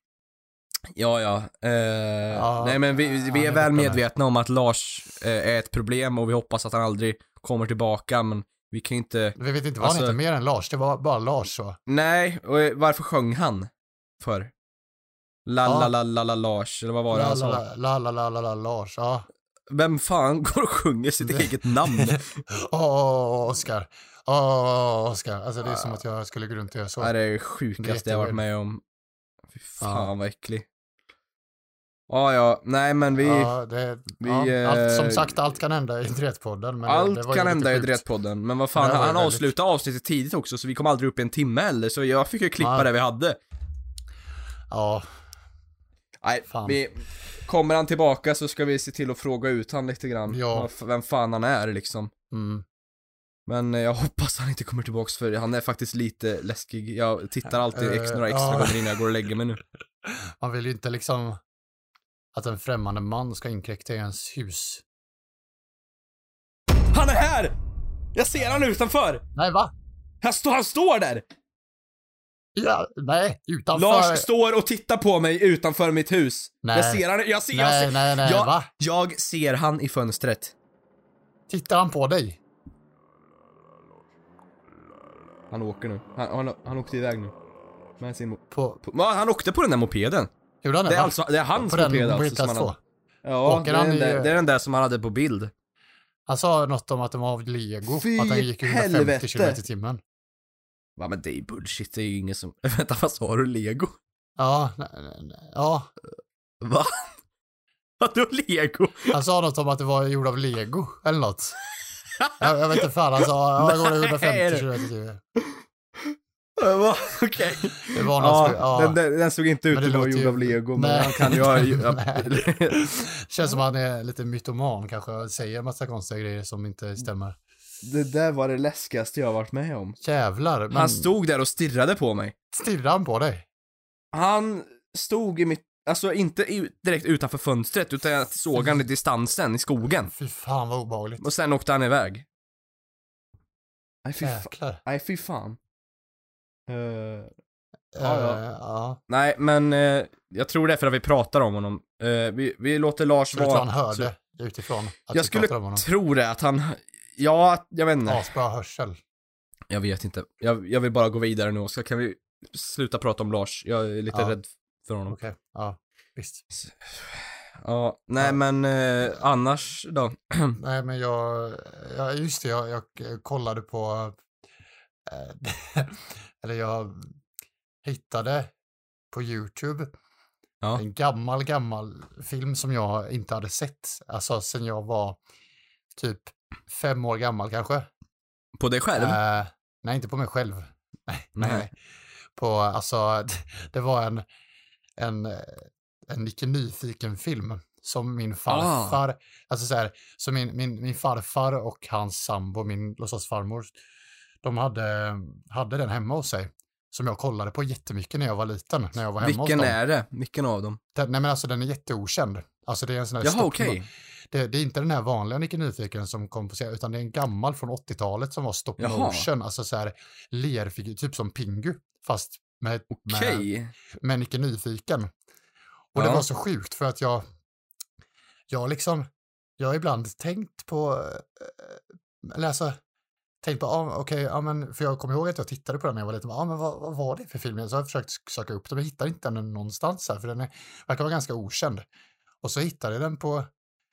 Ja, ja. Eh, Ja, nej, men vi, vi han är är väl borta med. medvetna om att Lars eh, är ett problem och vi hoppas att han aldrig kommer tillbaka, men vi kan ju inte... vi vet inte vad Alltså- han heter mer än Lars. Det var bara Lars så. Nej, och eh, varför sjöng han? För? La Ja. la la la la Lars, eller vad var det han sa? La la la la la la Lars, ja. Vem fan går och sjunger sitt Det- eget namn? Åh, Oskar. Åh, Oskar. Alltså det är som att jag skulle gå runt och göra så. Det är det sjukaste jag varit med om. Fy fan Ja. vad äcklig. Ja, ja, nej men vi... Ja, det, vi, ja, allt, som eh, sagt, allt kan hända i Dretpodden. Men det, Allt det var ju kan lite hända i sjukt. Dretpodden, men vad fan, Det här var han ju väldigt- avslutade avsnittet tidigt också, så vi kom aldrig upp i en timme eller, så jag fick ju klippa Ja. det vi hade. Ja, Nej, Fan. vi... Kommer han tillbaka så ska vi se till att fråga ut han lite grann. Ja. Vad f- Vem fan han är liksom. mm. Men eh, jag hoppas han inte kommer tillbaks, för han är faktiskt lite läskig. Jag tittar alltid Eh, ex, några extra ja. gånger innan jag går och lägger mig nu. Man vill ju inte liksom att en främmande man ska inkräkta i ens hus. Han är här! Jag ser han utanför! Nej, va? Han, stå, han står där! Ja, nej, utanför. Lars står och tittar på mig utanför mitt hus. Nej. Jag ser han, jag ser, jag Nej, ser, nej, nej, jag, va? jag ser han i fönstret. Tittar han på dig? Han åker nu. Han, han, han åkte iväg nu. Med sin mo- På, på, ja, han åkte på den där mopeden. gjorde han det? Det är, va? alltså, det är hans på den moped alltså. Wheelklass Som han två. hade. Ja, Åker det är, han den i- där, det är den där som han hade på bild. Han sa något om att de var av Lego. Fy att han gick hundrafemtio helvete. kilometer i timmen. Va, men det är bullshit, det är ju ingen som... Vänta, vad sa du? Lego? Ja, nej, nej, nej. ja. Va? Vadå Lego? Han sa något om att det var gjord av Lego eller något. Jag, jag vet inte fan, han sa ja, jag går hundrafemtio kilometer i timmen. Va? Okej. Det var något Ja, som- ja. Den, den, den såg inte ut Men det att vara låter gjord ju- av Lego, men Nej. han kan ju ha... Ja. Nej. Känns som han är lite mytoman kanske, säger en massa konstiga grejer som inte stämmer. Det där var det läskigaste jag har varit med om. Jävlar, men Han stod där och stirrade på mig. stirrar han på dig? Han stod i mitt, alltså inte i, direkt utanför fönstret, utan jag såg han i distansen i skogen. Fy fan vad obehagligt. Och sen åkte han iväg. Nej fy fan. Jäklar. Nej fy fan. Uh, Ja, ja. ja. ja. nej men uh, jag tror det är för att vi pratar om honom. Uh, vi, vi låter Lars Tror du inte vara. han hörde utifrån? Att Jag vi skulle pratar om honom? tro det, att han, ja, jag vet inte. Asbra hörsel. Jag vet inte. Jag, jag vill bara gå vidare nu, så kan vi sluta prata om Lars. Jag är lite Ja. rädd för honom. Okej, ja, visst. Ja, nej Ja. men eh, annars då? Nej, men jag, ja, just det, jag, jag kollade på, eh, eller jag hittade på YouTube Ja. en gammal, gammal film som jag inte hade sett. Alltså sen jag var typ fem år gammal kanske. På dig själv? Eh, nej, inte på mig själv. Nej, nej. Nej. nej. På, alltså, det var en, en, en Nicke Nyfiken-film som min farfar, Ah. alltså så här, så min, min, min farfar och hans sambo, min låtsasfarmor, de hade, hade den hemma hos sig. Som jag kollade på jättemycket när jag var liten, när jag var hemma Vilken hos dem. är det? Vilken av dem? Den, nej men alltså den är jätteokänd. Alltså det är en sån här Jaha, stopp- okej. det, det är inte den här vanliga Nicke Nyfiken som kom på serien, utan det är en gammal från åttiotalet som var stop Jaha. motion, alltså så här lerfigur, typ som Pingu, fast med, med, Okej. med Nicke Nyfiken. Och det Ja. var så sjukt för att jag, jag liksom, jag har ibland tänkt på, äh, eller alltså, tänkt på, ah, okej, ja men, för jag kommer ihåg att jag tittade på den när jag var liten, ah, men vad, vad var det för film? Så har jag försökt söka upp den, men jag hittar inte den någonstans här, för den är, verkar vara ganska okänd. Och så hittade jag den på,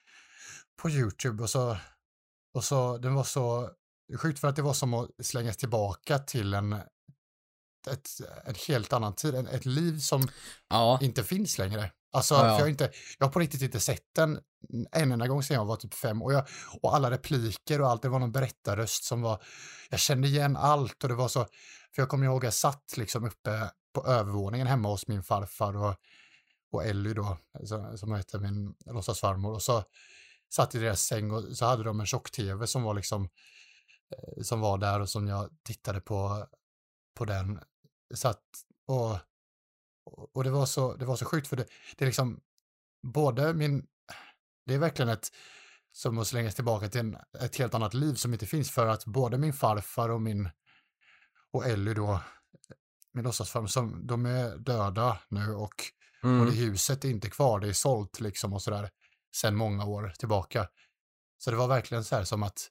på YouTube och så, och så, den var så sjukt för att det var som att slängas tillbaka till en, ett, en helt annan tid, en, ett liv som Ja. inte finns längre. Alltså, Ja, ja. för jag, har inte, jag har på riktigt inte sett den en enda gång sedan jag var typ fem. Och, jag, och alla repliker och allt, det var någon berättarröst som var, jag kände igen allt och det var så, för jag kommer ihåg att jag satt liksom uppe på övervåningen hemma hos min farfar och, och Ellie då, som, som heter min låtsasfarmor, och så satt i deras säng och så hade de en tjock-tv som var liksom, eh, som var där och som jag tittade på, på den. Satt och Och det var så, det var så sjukt för det, det är liksom både min, det är verkligen ett, som att slängas tillbaka till en, ett helt annat liv som inte finns, för att både min farfar och min, och Ellie då, min låtsasfarmor, som de är döda nu och, Mm. och det huset är inte kvar, det är sålt liksom och sådär sen många år tillbaka. Så det var verkligen så här som att,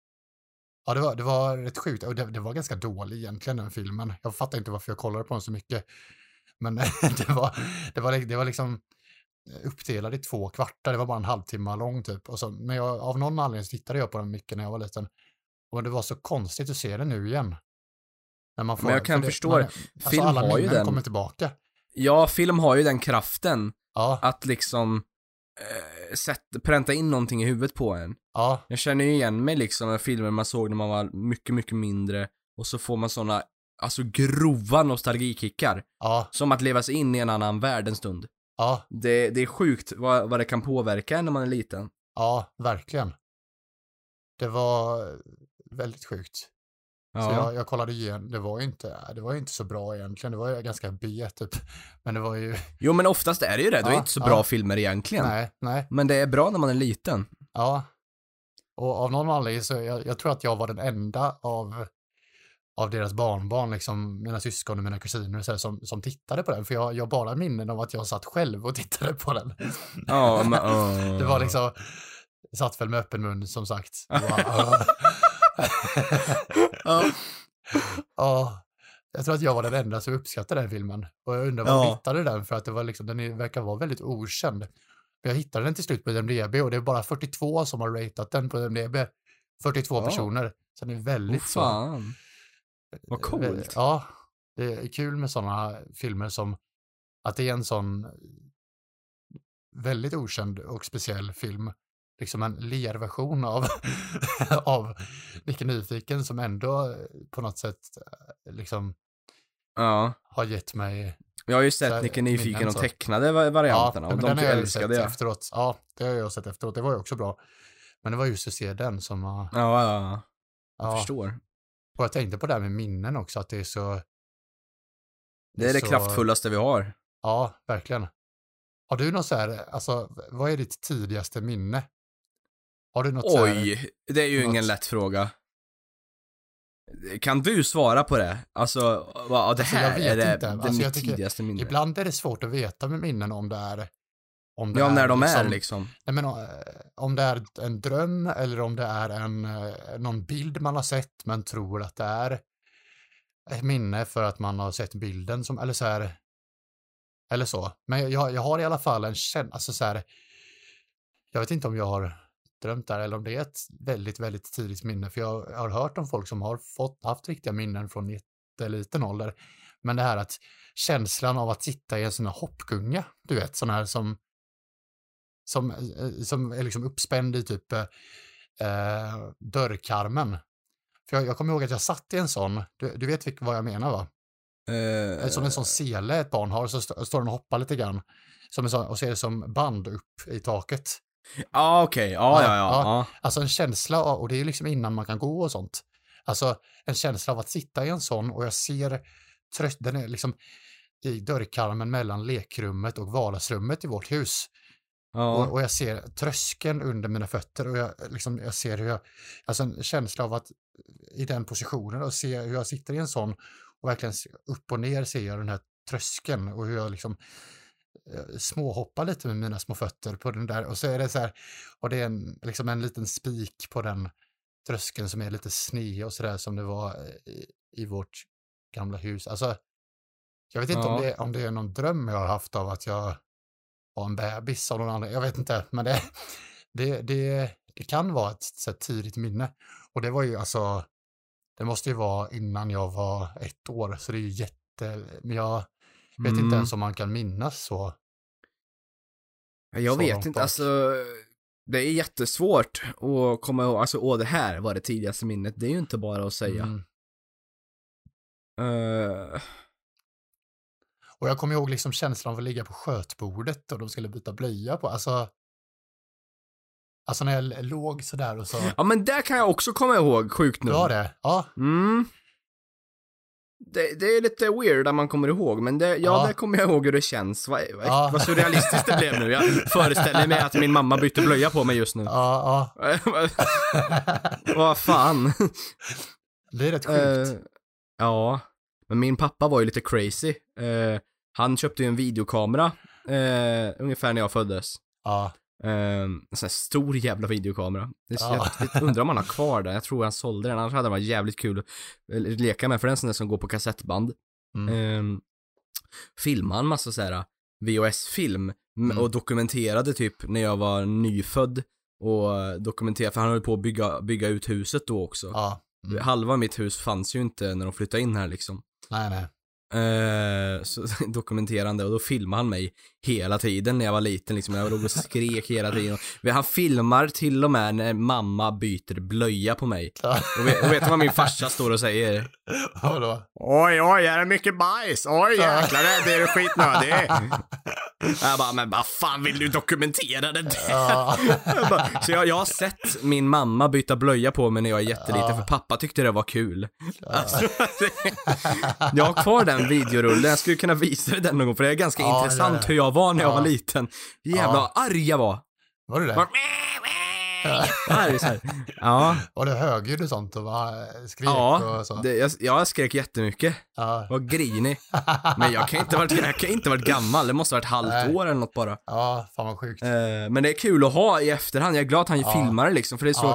ja det var, det var rätt sjukt och det, det var ganska dålig egentligen den filmen. Jag fattar inte varför jag kollade på den så mycket. Men det var, det, var, det var liksom uppdelad i två kvartar. Det var bara en halvtimme lång typ. Och så, men jag, av någon anledning så tittade jag på den mycket när jag var liten. Och det var så konstigt att se den nu igen. När man får, Men jag kan för det, förstå man, det. alltså Film alla har ju minnen den. kommer tillbaka. Ja, film har ju den kraften Ja, att liksom eh, sätt, pränta in någonting i huvudet på en. ja, Jag känner ju igen mig liksom med filmer man såg när man var mycket, mycket mindre. Och så får man såna, alltså grova nostalgikickar. ja, Som att leva sig in i en annan värld en stund. ja, Det, det är sjukt vad, vad det kan påverka en när man är liten. ja, verkligen. Det var väldigt sjukt. Ja. Så jag, jag kollade igen, det var ju inte, det var ju inte så bra egentligen. Det var ju ganska B typ. Men det var ju, Jo men oftast är det ju det, det är Ja, inte så ja. bra filmer egentligen. nej, nej. Men det är bra när man är liten. Ja, och av någon anledning så jag, jag tror att jag var den enda av, av deras barnbarn, liksom mina syskon och mina kusiner så här, som, som tittade på den. För jag, jag bara minnen av att jag satt själv och tittade på den. Ja, men, uh. Det var liksom, satt väl med öppen mun som sagt. Det var, Ja. Ja, jag tror att jag var den enda som uppskattade den filmen. Och jag undrar var jag Ja. hittade den, för att det var liksom, den är- verkar vara väldigt okänd. Men jag hittade den till slut på I M D B och det är bara fyrtiotvå som har ratat den på I M D B. fyrtiotvå Ja. personer. Så den är väldigt Åh så. fan. Vad coolt. Ja, det är kul med sådana filmer som att det är en sån väldigt okänd och speciell film. Liksom en lerversion av, av Nicke Nyfiken som ändå på något sätt liksom Ja. har gett mig... Jag har ju Så här, sett Nicke Nyfiken minnen och så. tecknade va- varianterna men och den de har jag ju älskade sett jag. efteråt. Ja, det har jag sett efteråt. Det var ju också bra. Men det var just att se den som... var- Ja, ja, ja. Jag Ja, förstår. och jag tänkte på det här med minnen också, att det är så... Det är det så- kraftfullaste vi har. Ja, verkligen. Har du något så här, alltså, vad är ditt tidigaste minne? Har du något så här, Oj, det är ju ingen något- lätt fråga. Kan du svara på det? Alltså, vad, det Alltså, jag här vet är det, inte. det Alltså, mitt jag tycker- tidigaste minne. ibland är det svårt att veta med minnen om det är... Om det Ja, är när de liksom, är liksom. Nej, men, eh, om det är en dröm eller om det är en, eh, någon bild man har sett men tror att det är ett minne för att man har sett bilden som, eller så här, eller så. Men jag, jag har i alla fall en känsla, alltså så här, jag vet inte om jag har drömt där eller om det är ett väldigt, väldigt tidigt minne, för jag har hört om folk som har fått, haft riktiga minnen från jätteliten ålder. Men det här att känslan av att sitta i en sån här hoppgunga, du vet, sån här som som, eh, som är liksom uppspänd i typ eh, dörrkarmen. För jag, jag kommer ihåg att jag satt i en sån, du, du vet vilk, vad jag menar va? Eh, Som en sån sele ett barn har, så st- står den och hoppar lite grann. Som en sån, och så är det som band upp i taket. Ja, okej. Ja, Ja, ja, ja. ja. Alltså en känsla av, och det är ju liksom innan man kan gå och sånt. Alltså en känsla av att sitta i en sån och jag ser trött, den är liksom i dörrkarmen mellan lekrummet och vardagsrummet i vårt hus. ja. Och, och jag ser tröskeln under mina fötter och jag, liksom, jag ser hur jag, alltså en känsla av att i den positionen och se hur jag sitter i en sån och verkligen se- upp och ner ser jag den här tröskeln och hur jag liksom eh, småhoppar lite med mina små fötter på den där och så är det så här, och det är en, liksom en liten spik på den tröskeln som är lite sned och sådär som det var i, i vårt gamla hus. Alltså, jag vet inte Ja. om, det, om det är någon dröm jag har haft av att jag var en bebis av någon annan. Jag vet inte, men det, det, det, det kan vara ett så här tidigt minne. Och det var ju alltså, det måste ju vara innan jag var ett år, så det är ju jätte, men jag vet Mm. inte ens om man kan minnas så. Jag så vet långt inte, bak. alltså det är jättesvårt att komma ihåg, alltså åh det här var det tidigaste minnet, det är ju inte bara att säga. Mm. Eh, Och jag kommer ihåg liksom känslan av att ligga på skötbordet och de skulle byta blöja på, alltså alltså när jag låg sådär och så, ja men där kan jag också komma ihåg, sjukt nog. ja det, ja, Mm. Det, det är lite weird när man kommer ihåg, men det, ja, Ja. det kommer jag ihåg hur det känns. Vad, vad, Ja. vad så realistiskt det blev nu. Jag föreställer mig att min mamma bytte blöja på mig just nu. ja, Vad fan. ja, det är rätt sjukt. Eh, ja, men min pappa var ju lite crazy. Eh, han köpte ju en videokamera eh, ungefär när jag föddes. Ja, Eh, en sån här stor jävla videokamera. Det är så Ja. jävligt, jag undrar om han har kvar den. Jag tror han sålde den, annars hade det varit jävligt kul att eh, leka med, för den är sån där som går på kassettband. mm. Eh, filmade en massa så här V H S-film Mm. och dokumenterade typ när jag var nyfödd och dokumenterade, för han höll på att bygga, bygga ut huset då också. Ja, mm. Halva mitt hus fanns ju inte när de flyttade in här liksom. nej, nej. Eh, så dokumenterande, och då filmade han mig hela tiden när jag var liten liksom. Jag låg och skrek hela tiden. Han filmar till och med när mamma byter blöja på mig. Ja. Och vet, och vet du vad min farsa står och säger? Vadå? Oj, oj, är det mycket bajs? Oj, jäklar, det är skitnödig. Jag bara, men vad fan vill du dokumentera det? Ja. Jag bara, så jag, jag har sett min mamma byta blöja på mig när jag är jätteliten, Ja. för pappa tyckte det var kul. Alltså, jag har kvar den videorullen, jag skulle kunna visa dig den någon gång, för det är ganska Ja, intressant ja, ja. hur jag var när jag Ja. var liten. Jävla Ja. arg jag var. Var du det? Bara, arg så här. Ja, Var det högljudd och sånt och bara skrek ja, och så? det, jag, jag skrek jättemycket. Ja. Var grinig. Men jag kan inte ha varit, jag kan inte ha varit gammal, det måste ha varit ett halvt Nej. år eller något bara. Ja, fan vad sjukt. Eh, men det är kul att ha i efterhand, jag är glad att han Ja. filmar det liksom, för det är så Ja.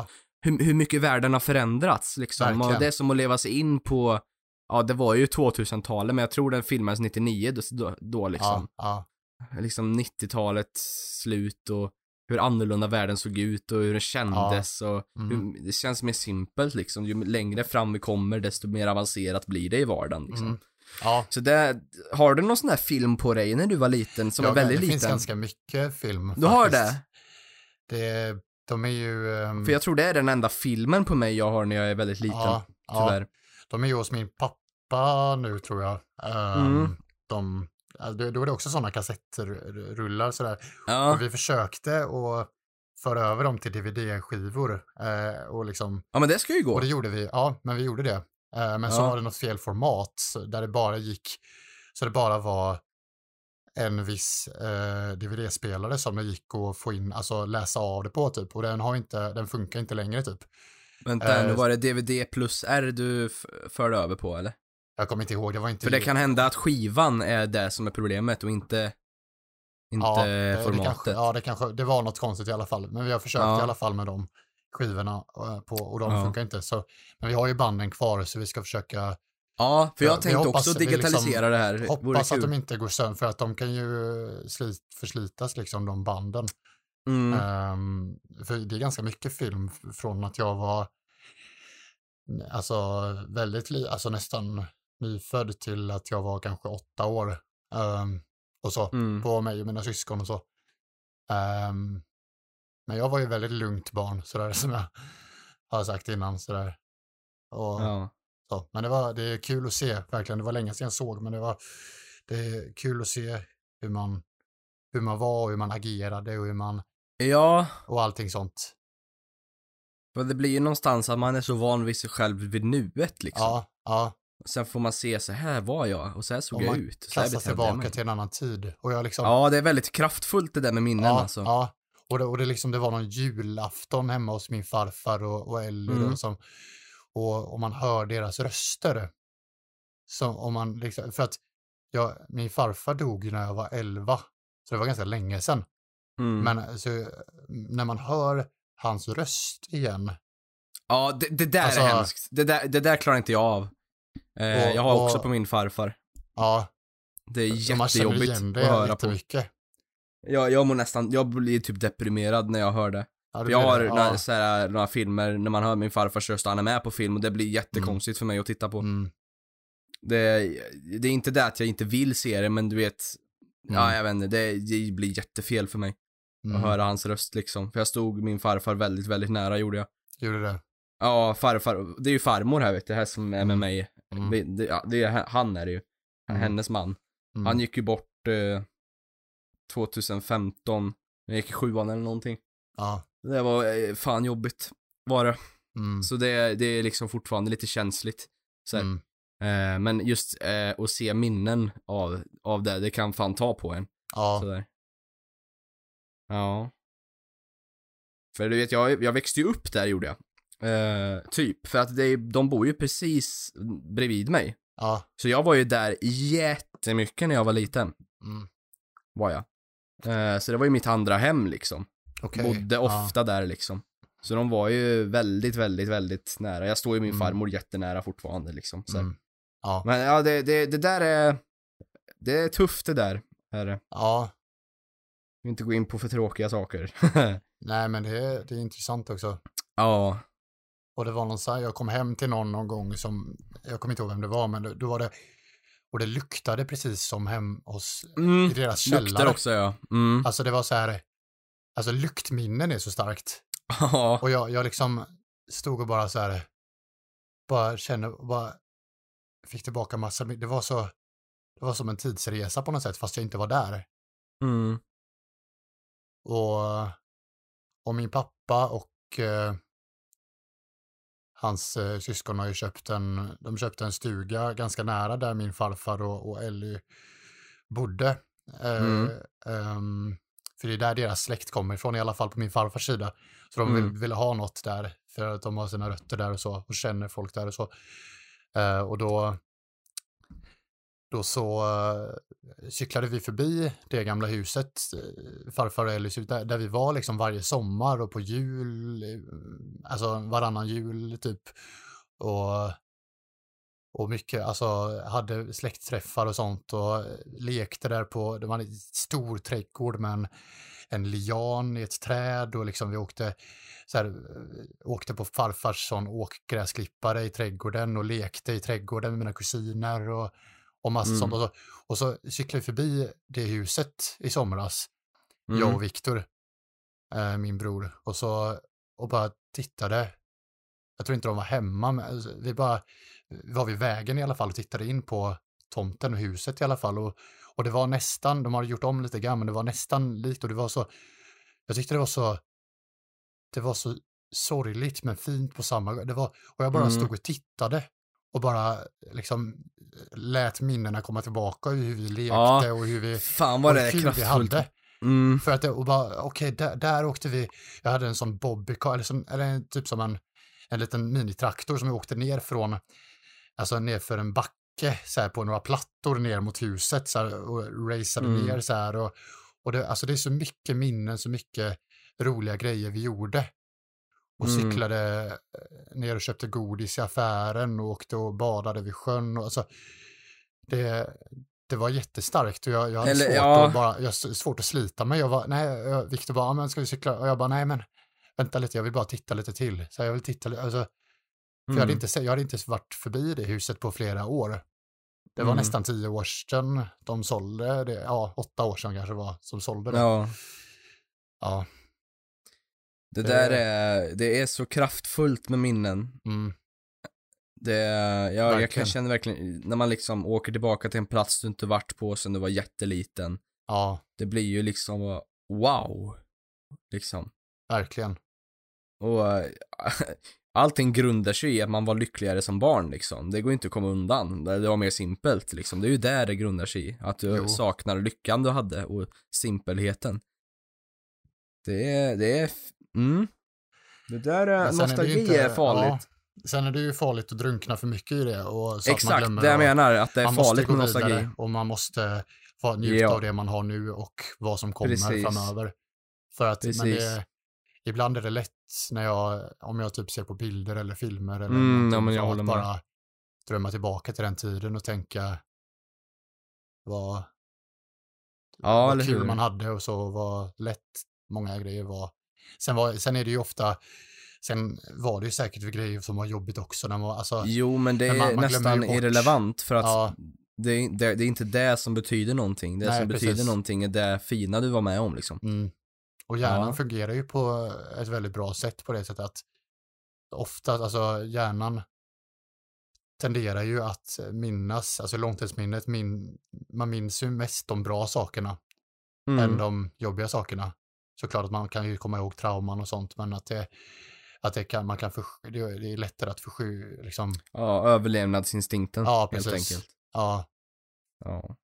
hur, hur mycket världen har förändrats liksom. Verkligen. Och det är som att leva sig in på, ja det var ju tvåtusentalet, men jag tror den filmades nittionio då, då liksom. Ja, ja. Liksom nittiotalets slut och hur annorlunda världen såg ut och hur det kändes Ja. och Mm. hur, det känns mer simpelt liksom. Ju längre fram vi kommer desto mer avancerat blir det i vardagen liksom. Mm. Ja. Så det, har du någon sån här film på dig när du var liten som Ja, är väldigt det liten? finns ganska mycket film. Du har faktiskt. det? det? De är ju... Um... För jag tror det är den enda filmen på mig jag har när jag är väldigt liten, ja, tyvärr. Ja, de är ju hos min pappa nu tror jag. Um, Mm. De, alltså, då är det också sådana kassettrullar sådär. Ja, Och vi försökte att föra över dem till D V D-skivor. Eh, och liksom... ja men det ska ju gå. Och det gjorde vi, ja, men vi gjorde det. Eh, men så Ja. var det något fel format så- där det bara gick, så det bara var en viss eh, D V D-spelare som det gick att få in, alltså läsa av det på typ. Och den har inte, den funkar inte längre typ. Vänta, eh, nu var det D V D plus R du f- förde över på, eller? Jag kommer inte ihåg, det var inte... För det kan hända att skivan är det som är problemet och inte, inte ja, det, formatet. Det kanske, ja, det kanske, det var något konstigt i alla fall. Men vi har försökt Ja. i alla fall med de skivorna eh, på, och de Ja. funkar inte. Så, men vi har ju banden kvar så vi ska försöka Ja, för jag Ja, vi tänkte hoppas också vi liksom digitalisera det här. Vore hoppas att kul. de inte går sönder för att de kan ju slit, förslitas liksom de banden. Mm. Ehm, för det är ganska mycket film f- från att jag var alltså väldigt li, alltså nästan nyfödd till att jag var kanske åtta år. Ehm, och så Mm. på mig och mina syskon och så. Ehm, men jag var ju väldigt lugnt barn sådär som jag har sagt innan sådär. Och, Ja. så. Men det, var, det är kul att se, verkligen. Det var länge sedan jag såg, men det var det är kul att se hur man, hur man var och hur man agerade och hur man, Ja, och allting sånt. för det blir ju någonstans att man är så van vid sig själv vid nuet liksom. Ja, ja. Sen får man se, så här var jag och så här såg Och jag man ut. Så här kastas betedde jag tillbaka mig. till en annan tid. Och jag liksom, Ja, det är väldigt kraftfullt det där med minnen ja, alltså. ja. Och, det, och det, liksom, det var någon julafton hemma hos min farfar och, och Ellie. Mm. Och, som, och, och man hör deras röster. Som, om man liksom, för att jag, min farfar dog när jag var elva. Så det var ganska länge sedan. Mm. Men alltså, när man hör hans röst igen. Ja, det, det där Alltså- är hemskt. Det där, det där klarar inte jag av. Eh, Och- jag har och- också på min farfar. Ja, Det är och man känner jättejobbigt igen att det höra lite på. mycket. Jag, jag mår nästan, jag blir typ deprimerad när jag hör det. Ja, det För jag blir har det. några, Ja. så här, några filmer när man hör min farfars röst och han är med på film och det blir jättekonstigt för mig att titta på. Mm. Det, det är inte det att jag inte vill se det, men du vet, Mm. ja jag vet inte, det, det blir jättefel för mig Mm. att höra hans röst liksom. För jag stod min farfar väldigt, väldigt nära gjorde jag. Gjorde det. Ja, farfar, det är ju farmor här vet du, det här som är med Mm. mig. Mm. Vi- Det, ja, det är, han är det ju. Mm. Hennes man. Mm. Han gick ju bort eh, tjugohundrafemton. Jag gick i sjuan eller någonting. Ja. Det var eh, fan jobbigt. Var det. Mm. Så det, det är liksom fortfarande lite känsligt. Så här. Mm. Eh, men just eh, att se minnen av, av det, det kan fan ta på en. Ja. Sådär. Ja. För du vet, jag, jag växte ju upp där gjorde jag. Eh, typ, för att det, de bor ju precis bredvid mig. Ja. Så jag var ju där jättemycket när jag var liten. Mm. Var jag. Eh, så det var ju mitt andra hem liksom. Okej. Bodde ofta där liksom. Så de var ju väldigt, väldigt, väldigt nära. Jag står ju min Mm. farmor jättenära fortfarande liksom. Så. Ja. Mm. Ja. Men ja, det, det, det där är, det är tufft det där. Är det. Ja. Vi inte gå in på för tråkiga saker. Nej, men det är, det är intressant också. Ja. Och det var någon så här, jag kom hem till någon någon gång som, jag kommer inte ihåg vem det var, men då, då var det, och det luktade precis som hem hos, Mm. i deras Luktar källare. också ja. Mm. Alltså det var så här, alltså luktminnen är så starkt. Ja. Och jag, jag liksom stod och bara så här, bara kände, bara fick tillbaka massa, det var så, det var som en tidsresa på något sätt, fast jag inte var där. Mm. Och, och min pappa och eh, hans eh, syskon har ju köpt en, de köpte en stuga ganska nära där min farfar och, och Ellie bodde. Eh, Mm. ehm, för det är där deras släkt kommer ifrån, i alla fall på min farfars sida. Så de vill, Mm. ville ha något där, för att de har sina rötter där och så, och känner folk där och så. Eh, och då, då så, eh, cyklade vi förbi det gamla huset, farfar och Ellis, där, där vi var liksom varje sommar och på jul, alltså varannan jul typ. Och, och mycket, alltså hade släktträffar och sånt och lekte där på, det var en stor trädgård med en, en lian i ett träd och liksom vi åkte så här, åkte på farfars sån åkgräsklippare i trädgården och lekte i trädgården med mina kusiner och, och massa Mm. sånt. Och så, och så cyklade vi förbi det huset i somras, Mm. jag och Viktor, eh, min bror, och så och bara tittade. Jag tror inte de var hemma, men vi bara var vid vägen i alla fall och tittade in på tomten och huset i alla fall. Och, och det var nästan, de har gjort om lite grann, men det var nästan likt och det var så, jag tyckte det var så, det var så sorgligt men fint på samma gång. Det var, och jag bara Mm. stod och tittade och bara liksom lät minnena komma tillbaka och hur vi lekte Ja. och hur vi, Fan och vad hur det är kul vi kraftfullt. hade. Mm. För att det, och bara, okej, där, där åkte vi, jag hade en sån bobbycar, eller, sån, eller en, typ som en, en liten minitraktor som jag åkte ner från, alltså ner för en backe, så här, på några plattor ner mot huset, så här, och raceade Mm. ner så här, och, och det, alltså det är så mycket minnen, så mycket roliga grejer vi gjorde. Och Mm. cyklade eh, ner och köpte godis i affären och åkte och badade vid sjön. Och, alltså, det, det var jättestarkt och jag, jag hade Eller, svårt, ja. att bara, jag, svårt att slita mig. Jag var, nej, jag, Victor bara, ja, men ska vi cykla? Och jag bara, nej men vänta lite, jag vill bara titta lite till. Så jag vill titta lite, alltså, för Mm. jag, hade inte, se- jag hade inte varit förbi det huset på flera år. Det var Mm. nästan tio år sedan de sålde det, ja, åtta år sedan kanske var som sålde det. Ja. Ja, Det Det- där är, det är så kraftfullt med minnen. mm, Det är, ja, jag kan Verkligen. känna verkligen, när man liksom åker tillbaka till en plats du inte varit på sen du var jätteliten. ja, Det blir ju liksom, wow. Liksom. verkligen. Och äh, allting grundar sig i att man var lyckligare som barn liksom. Det går inte att komma undan. Det det var mer simpelt liksom. Det är ju där det grundar sig i. Att du Jo. saknar lyckan du hade och simpelheten. Det är, det är, f- mm. Det där är, Men sen är det ju nostalgi inte- är farligt. Ja, sen är det ju farligt att drunkna för mycket i det. Och så att man Exakt, glömmer det jag att menar, att det är man måste farligt gå med nostalgi. vidare och man måste få njuta Ja. av det man har nu och vad som kommer Precis. framöver. För att men Precis. det, ibland är det lätt när jag, om jag typ ser på bilder eller filmer eller Mm, någonting, ja, men jag för håller att med. bara drömma tillbaka till den tiden och tänka vad, Ja, eller vad kul hur? man hade och så vad lätt många grejer var. Sen, var, sen är det ju ofta, sen var det ju säkert grejer som var jobbigt också. När man, alltså, Jo, men det Men är man- man glömmer nästan ju bort- irrelevant för att Ja. det, är, det, det är inte det som betyder någonting. Det Nej, som precis. betyder någonting är det fina du var med om liksom. Mm. Och hjärnan Ja. fungerar ju på ett väldigt bra sätt på det sättet att ofta, alltså hjärnan tenderar ju att minnas, alltså långtidsminnet, min, man minns ju mest de bra sakerna än Mm. de jobbiga sakerna. Såklart att man kan ju komma ihåg trauman och sånt, men att det, att det kan, man kan för, det är det är lättare att försky, liksom, Ja, överlevnadsinstinkten ja helt precis. enkelt. Ja, Ja.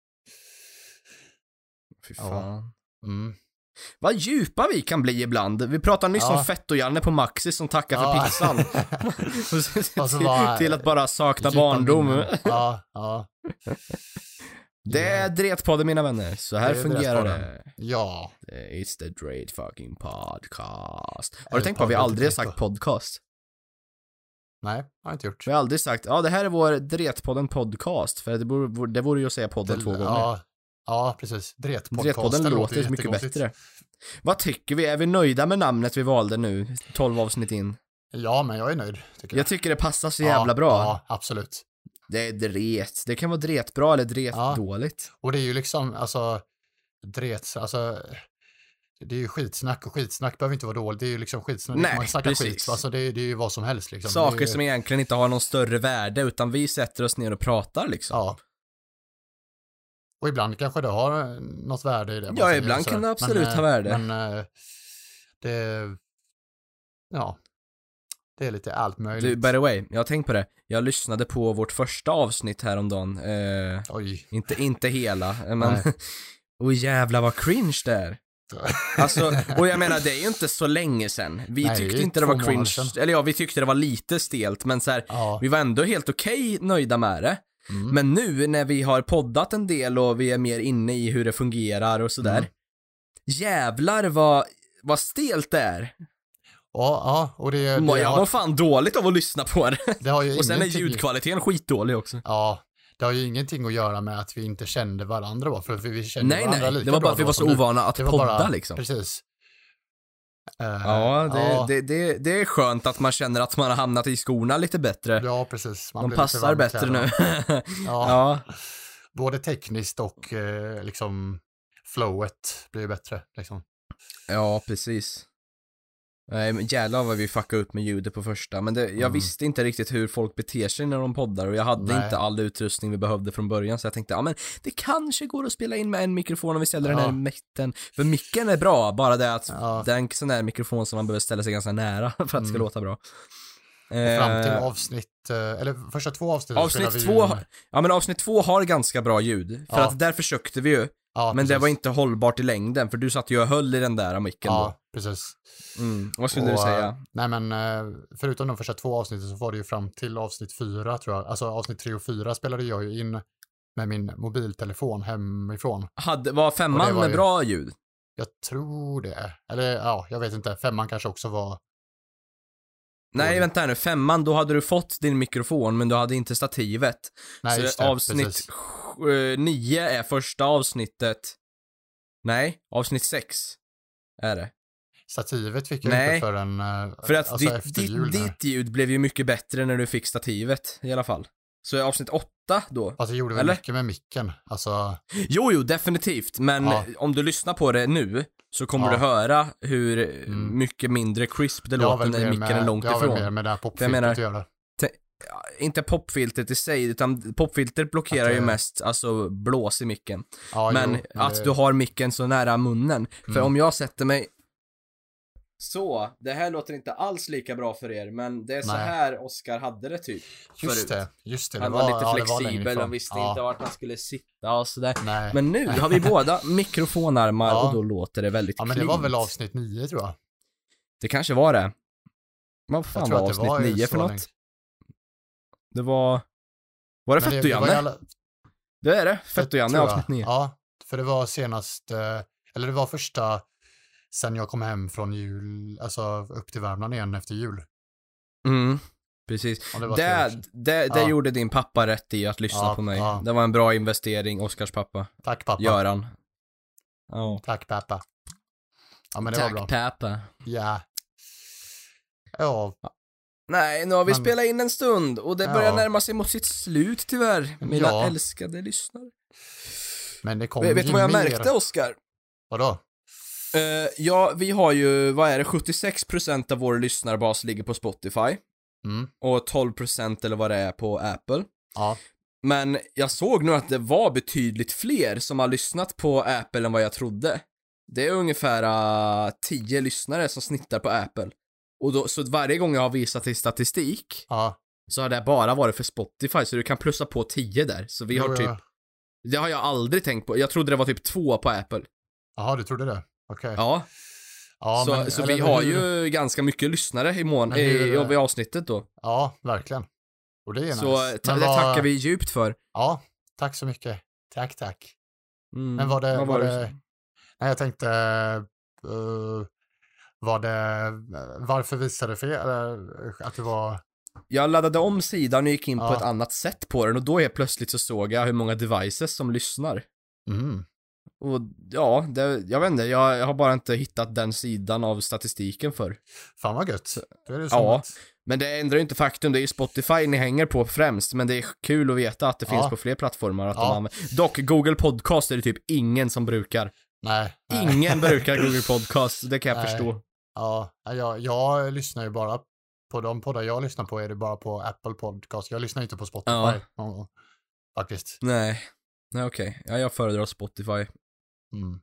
Fy Ja. fan. mm. Vad djupa vi kan bli ibland. Vi pratade nyss Ja. om Fetto-Janne på Maxi som tackar för Ja. pizzan. Och så till, bara- till att bara sakna Djupa barndom. minnen. Ja, ja. Det är Dretpodden mina vänner. Så här Det är fungerar Dretpodden. det. Ja, It's the Dret fucking podcast. Har Eller du tänkt på att vi podd aldrig har Dret sagt då. podcast? nej, har jag inte gjort. Vi har aldrig sagt, ja det här är vår Dretpodden podcast. För det vore, det vore ju att säga podden Det- två gånger. Ja, ja, precis. Dretpodcasten Dretpodden låter ju ju mycket jättekonstigt. bättre. Vad tycker vi? Är vi nöjda med namnet vi valde nu? tolv avsnitt in. Ja, men jag är nöjd. Tycker jag. Jag tycker det passar så jävla ja, bra. Ja, absolut. Det är dret. Det kan vara dretbra eller dretdåligt. Och det är ju liksom, alltså, dret, alltså, det är ju skitsnack och skitsnack behöver inte vara dåligt. Det är ju liksom skitsnack. Nej, man snackar precis. skit. Alltså det, är- det är ju vad som helst liksom. Saker det är ju, som egentligen inte har någon större värde, utan vi sätter oss ner och pratar liksom. Ja. Och ibland kanske det har något värde i det. man Ja, säger, ibland så. kan det absolut men, ha värde. eh, Men eh, det, ja, det är lite allt möjligt. Du, by the way, jag har tänkt på det. Jag lyssnade på vårt första avsnitt häromdagen. Eh, Oj. inte, inte hela, men... Nej. Åh jävlar vad cringe det är. Alltså, och jag menar det är ju inte så länge sedan. Vi Nej, det är tyckte ju inte det två var cringe, månader sedan. eller ja, vi tyckte det var lite stelt, men så här, Ja. vi var ändå helt okej nöjda med det. Mm. Men nu när vi har poddat en del och vi är mer inne i hur det fungerar och sådär. Mm. Jävlar vad, vad stelt det är. Ja, ja, och det, det jag har... var fan dåligt av att lyssna på det. det har ju och sen är ingenting... ljudkvaliteten skitdålig också. Ja, det har ju ingenting att göra med att vi inte kände varandra bara, för vi kände nej, varandra nej. lika det var bara bra att vi då var så ovana att podda bara... liksom. Precis. Uh, ja, det, ja. Det, det, det är skönt att man känner att man har hamnat i skorna lite bättre. Ja, precis. Man De passar bättre nu. ja. ja. Både tekniskt och eh, liksom flowet blir bättre liksom. Ja, precis. Nej, men jävlar vad vi fuckade upp med ljudet på första. Men det, jag mm. visste inte riktigt hur folk beter sig när de poddar. Och jag hade Nej. inte all utrustning vi behövde från början. Så jag tänkte, ja men det kanske går att spela in med en mikrofon om vi ställer ja. den här i mitten. För micken är bra, bara det att ja. det är en sån där mikrofon som man behöver ställa sig ganska nära för att mm. det ska låta bra. Fram till avsnitt, eller första två avsnitt. Avsnitt två, ju... ja men avsnitt två har ganska bra ljud. För ja. att där försökte vi ju. Ja, men precis. Det var inte hållbart i längden, för du satt ju och höll i den där micken ja, då. Precis. Mm. Vad skulle och, du säga? Nej men, förutom de första två avsnitten så var det ju fram till avsnitt fyra tror jag. Alltså avsnitt tre och fyra spelade jag ju in med min mobiltelefon hemifrån. Hade, var femman med ju... bra ljud? Jag tror det. Eller ja, jag vet inte. Femman kanske också var... Nej, vänta här nu. Femman, då hade du fått din mikrofon, men du hade inte stativet. Nej, så just det, avsnitt precis. nio är första avsnittet. Nej, avsnitt sex är det. Stativet fick jag Nej, inte förrän för att alltså ditt, ditt, ditt ljud blev ju mycket bättre när du fick stativet i alla fall. Så är avsnitt åtta då? Alltså jag gjorde väl eller? mycket med micken. Alltså... Jo, jo, definitivt. Men ja. om du lyssnar på det nu så kommer ja. du höra hur mm. mycket mindre crisp det, det låter när micken med, är långt det ifrån. Det har väl mer med det här popfiltret att göra. Inte popfiltret i sig, utan popfiltret blockerar det... ju mest alltså blås i micken. Ja, men jo, men att det... du har micken så nära munnen. Mm. För om jag sätter mig så, det här låter inte alls lika bra för er, men det är så Nej. här Oscar hade det typ Just förut. det, just det. Han det var, var lite ja, flexibel och visste ja. inte vart han skulle sitta och sådär. Nej. Men nu har vi båda mikrofonarmar ja. och då låter det väldigt Ja, men klint. det var väl avsnitt nio tror jag. Det kanske var det. Vad fan var avsnitt var nio för något? Länge. Det var... Var det Fett och Janne? Det, alla... det är det, Fett och Janne avsnitt nio. Ja, för det var senast, eller det var första sen jag kom hem från jul, alltså upp till Värmland igen efter jul. Mm, precis. Det, det, det, det ja. gjorde din pappa rätt i att lyssna ja, på mig. Ja. Det var en bra investering, Oskars pappa. Tack pappa. Göran. Oh. Tack pappa. Ja, men det Tack var bra. pappa. Ja. Ja. Nej, nu har vi men... spelat in en stund och det börjar ja. närma sig mot sitt slut tyvärr, mina ja. älskade lyssnare. Men det kommer Vet du vad jag mer... märkte, Oskar? Vadå? Uh, ja, vi har ju, vad är det, sjuttiosex procent av vår lyssnarbas ligger på Spotify. Mm. Och tolv procent eller vad det är på Apple. Ja. Men jag såg nu att det var betydligt fler som har lyssnat på Apple än vad jag trodde. Det är ungefär uh, tio lyssnare som snittar på Apple. Och då, så varje gång jag har visat i statistik ja. så har det bara varit för Spotify, så du kan plussa på tio där. Så vi jo, har typ, ja. det har jag aldrig tänkt på. Jag trodde det var typ två på Apple. Jaha, du trodde det? Okej. Okay. Ja. ja. Så, men, så vi har hur... ju ganska mycket lyssnare i, mån, hur... i, i avsnittet då. Ja, verkligen. Och det är så nice. Så det vad... tackar vi djupt för. Ja, tack så mycket. Tack, tack. Mm. Men var det... Vad var, var det... det... Nej, jag tänkte... Uh... Var det, varför visade det fel, eller att det var... Jag laddade om sidan och gick in ja. på ett annat sätt på den och då helt plötsligt så såg jag hur många devices som lyssnar. Mm. Och ja, det, jag vet inte, jag, jag har bara inte hittat den sidan av statistiken för. Fan vad gött. Det är det ja, att... men det ändrar ju inte faktum, det är ju Spotify ni hänger på främst, men det är kul att veta att det ja. finns på fler plattformar. Att ja. de använder. Dock, Google Podcast är det typ ingen som brukar. Nej. nej. Ingen brukar Google Podcast, det kan jag nej. förstå. Ja, jag, jag lyssnar ju bara på de poddar jag lyssnar på är det bara på Apple Podcast. Jag lyssnar inte på Spotify. Ja. Faktiskt. Nej, nej okej. Okay. Ja, jag föredrar Spotify. Mm.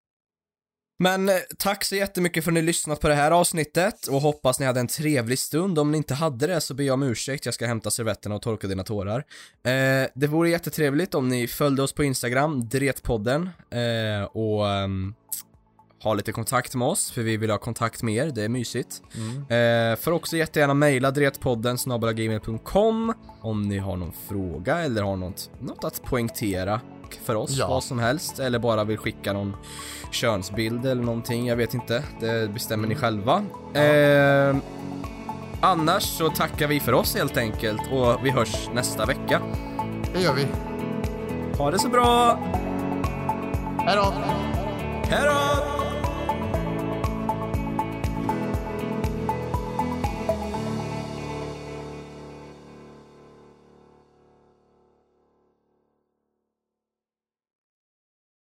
Men tack så jättemycket för att ni lyssnat på det här avsnittet och hoppas ni hade en trevlig stund. Om ni inte hade det så ber jag om ursäkt. Jag ska hämta servetterna och torka dina tårar. Eh, det vore jättetrevligt om ni följde oss på Instagram, Dretpodden, eh, och... Um, ha lite kontakt med oss, för vi vill ha kontakt med er, det är mysigt. Mm. Eh, för också jättegärna mejla dretpodden snabel-a gmail punkt com om ni har någon fråga eller har något, något att poängtera för oss, Ja. vad som helst, eller bara vill skicka någon könsbild eller någonting, jag vet inte, det bestämmer ni själva. Ja. Eh, annars så tackar vi för oss helt enkelt, och vi hörs nästa vecka. Det gör vi. Ha det så bra! Hej då! Hej då!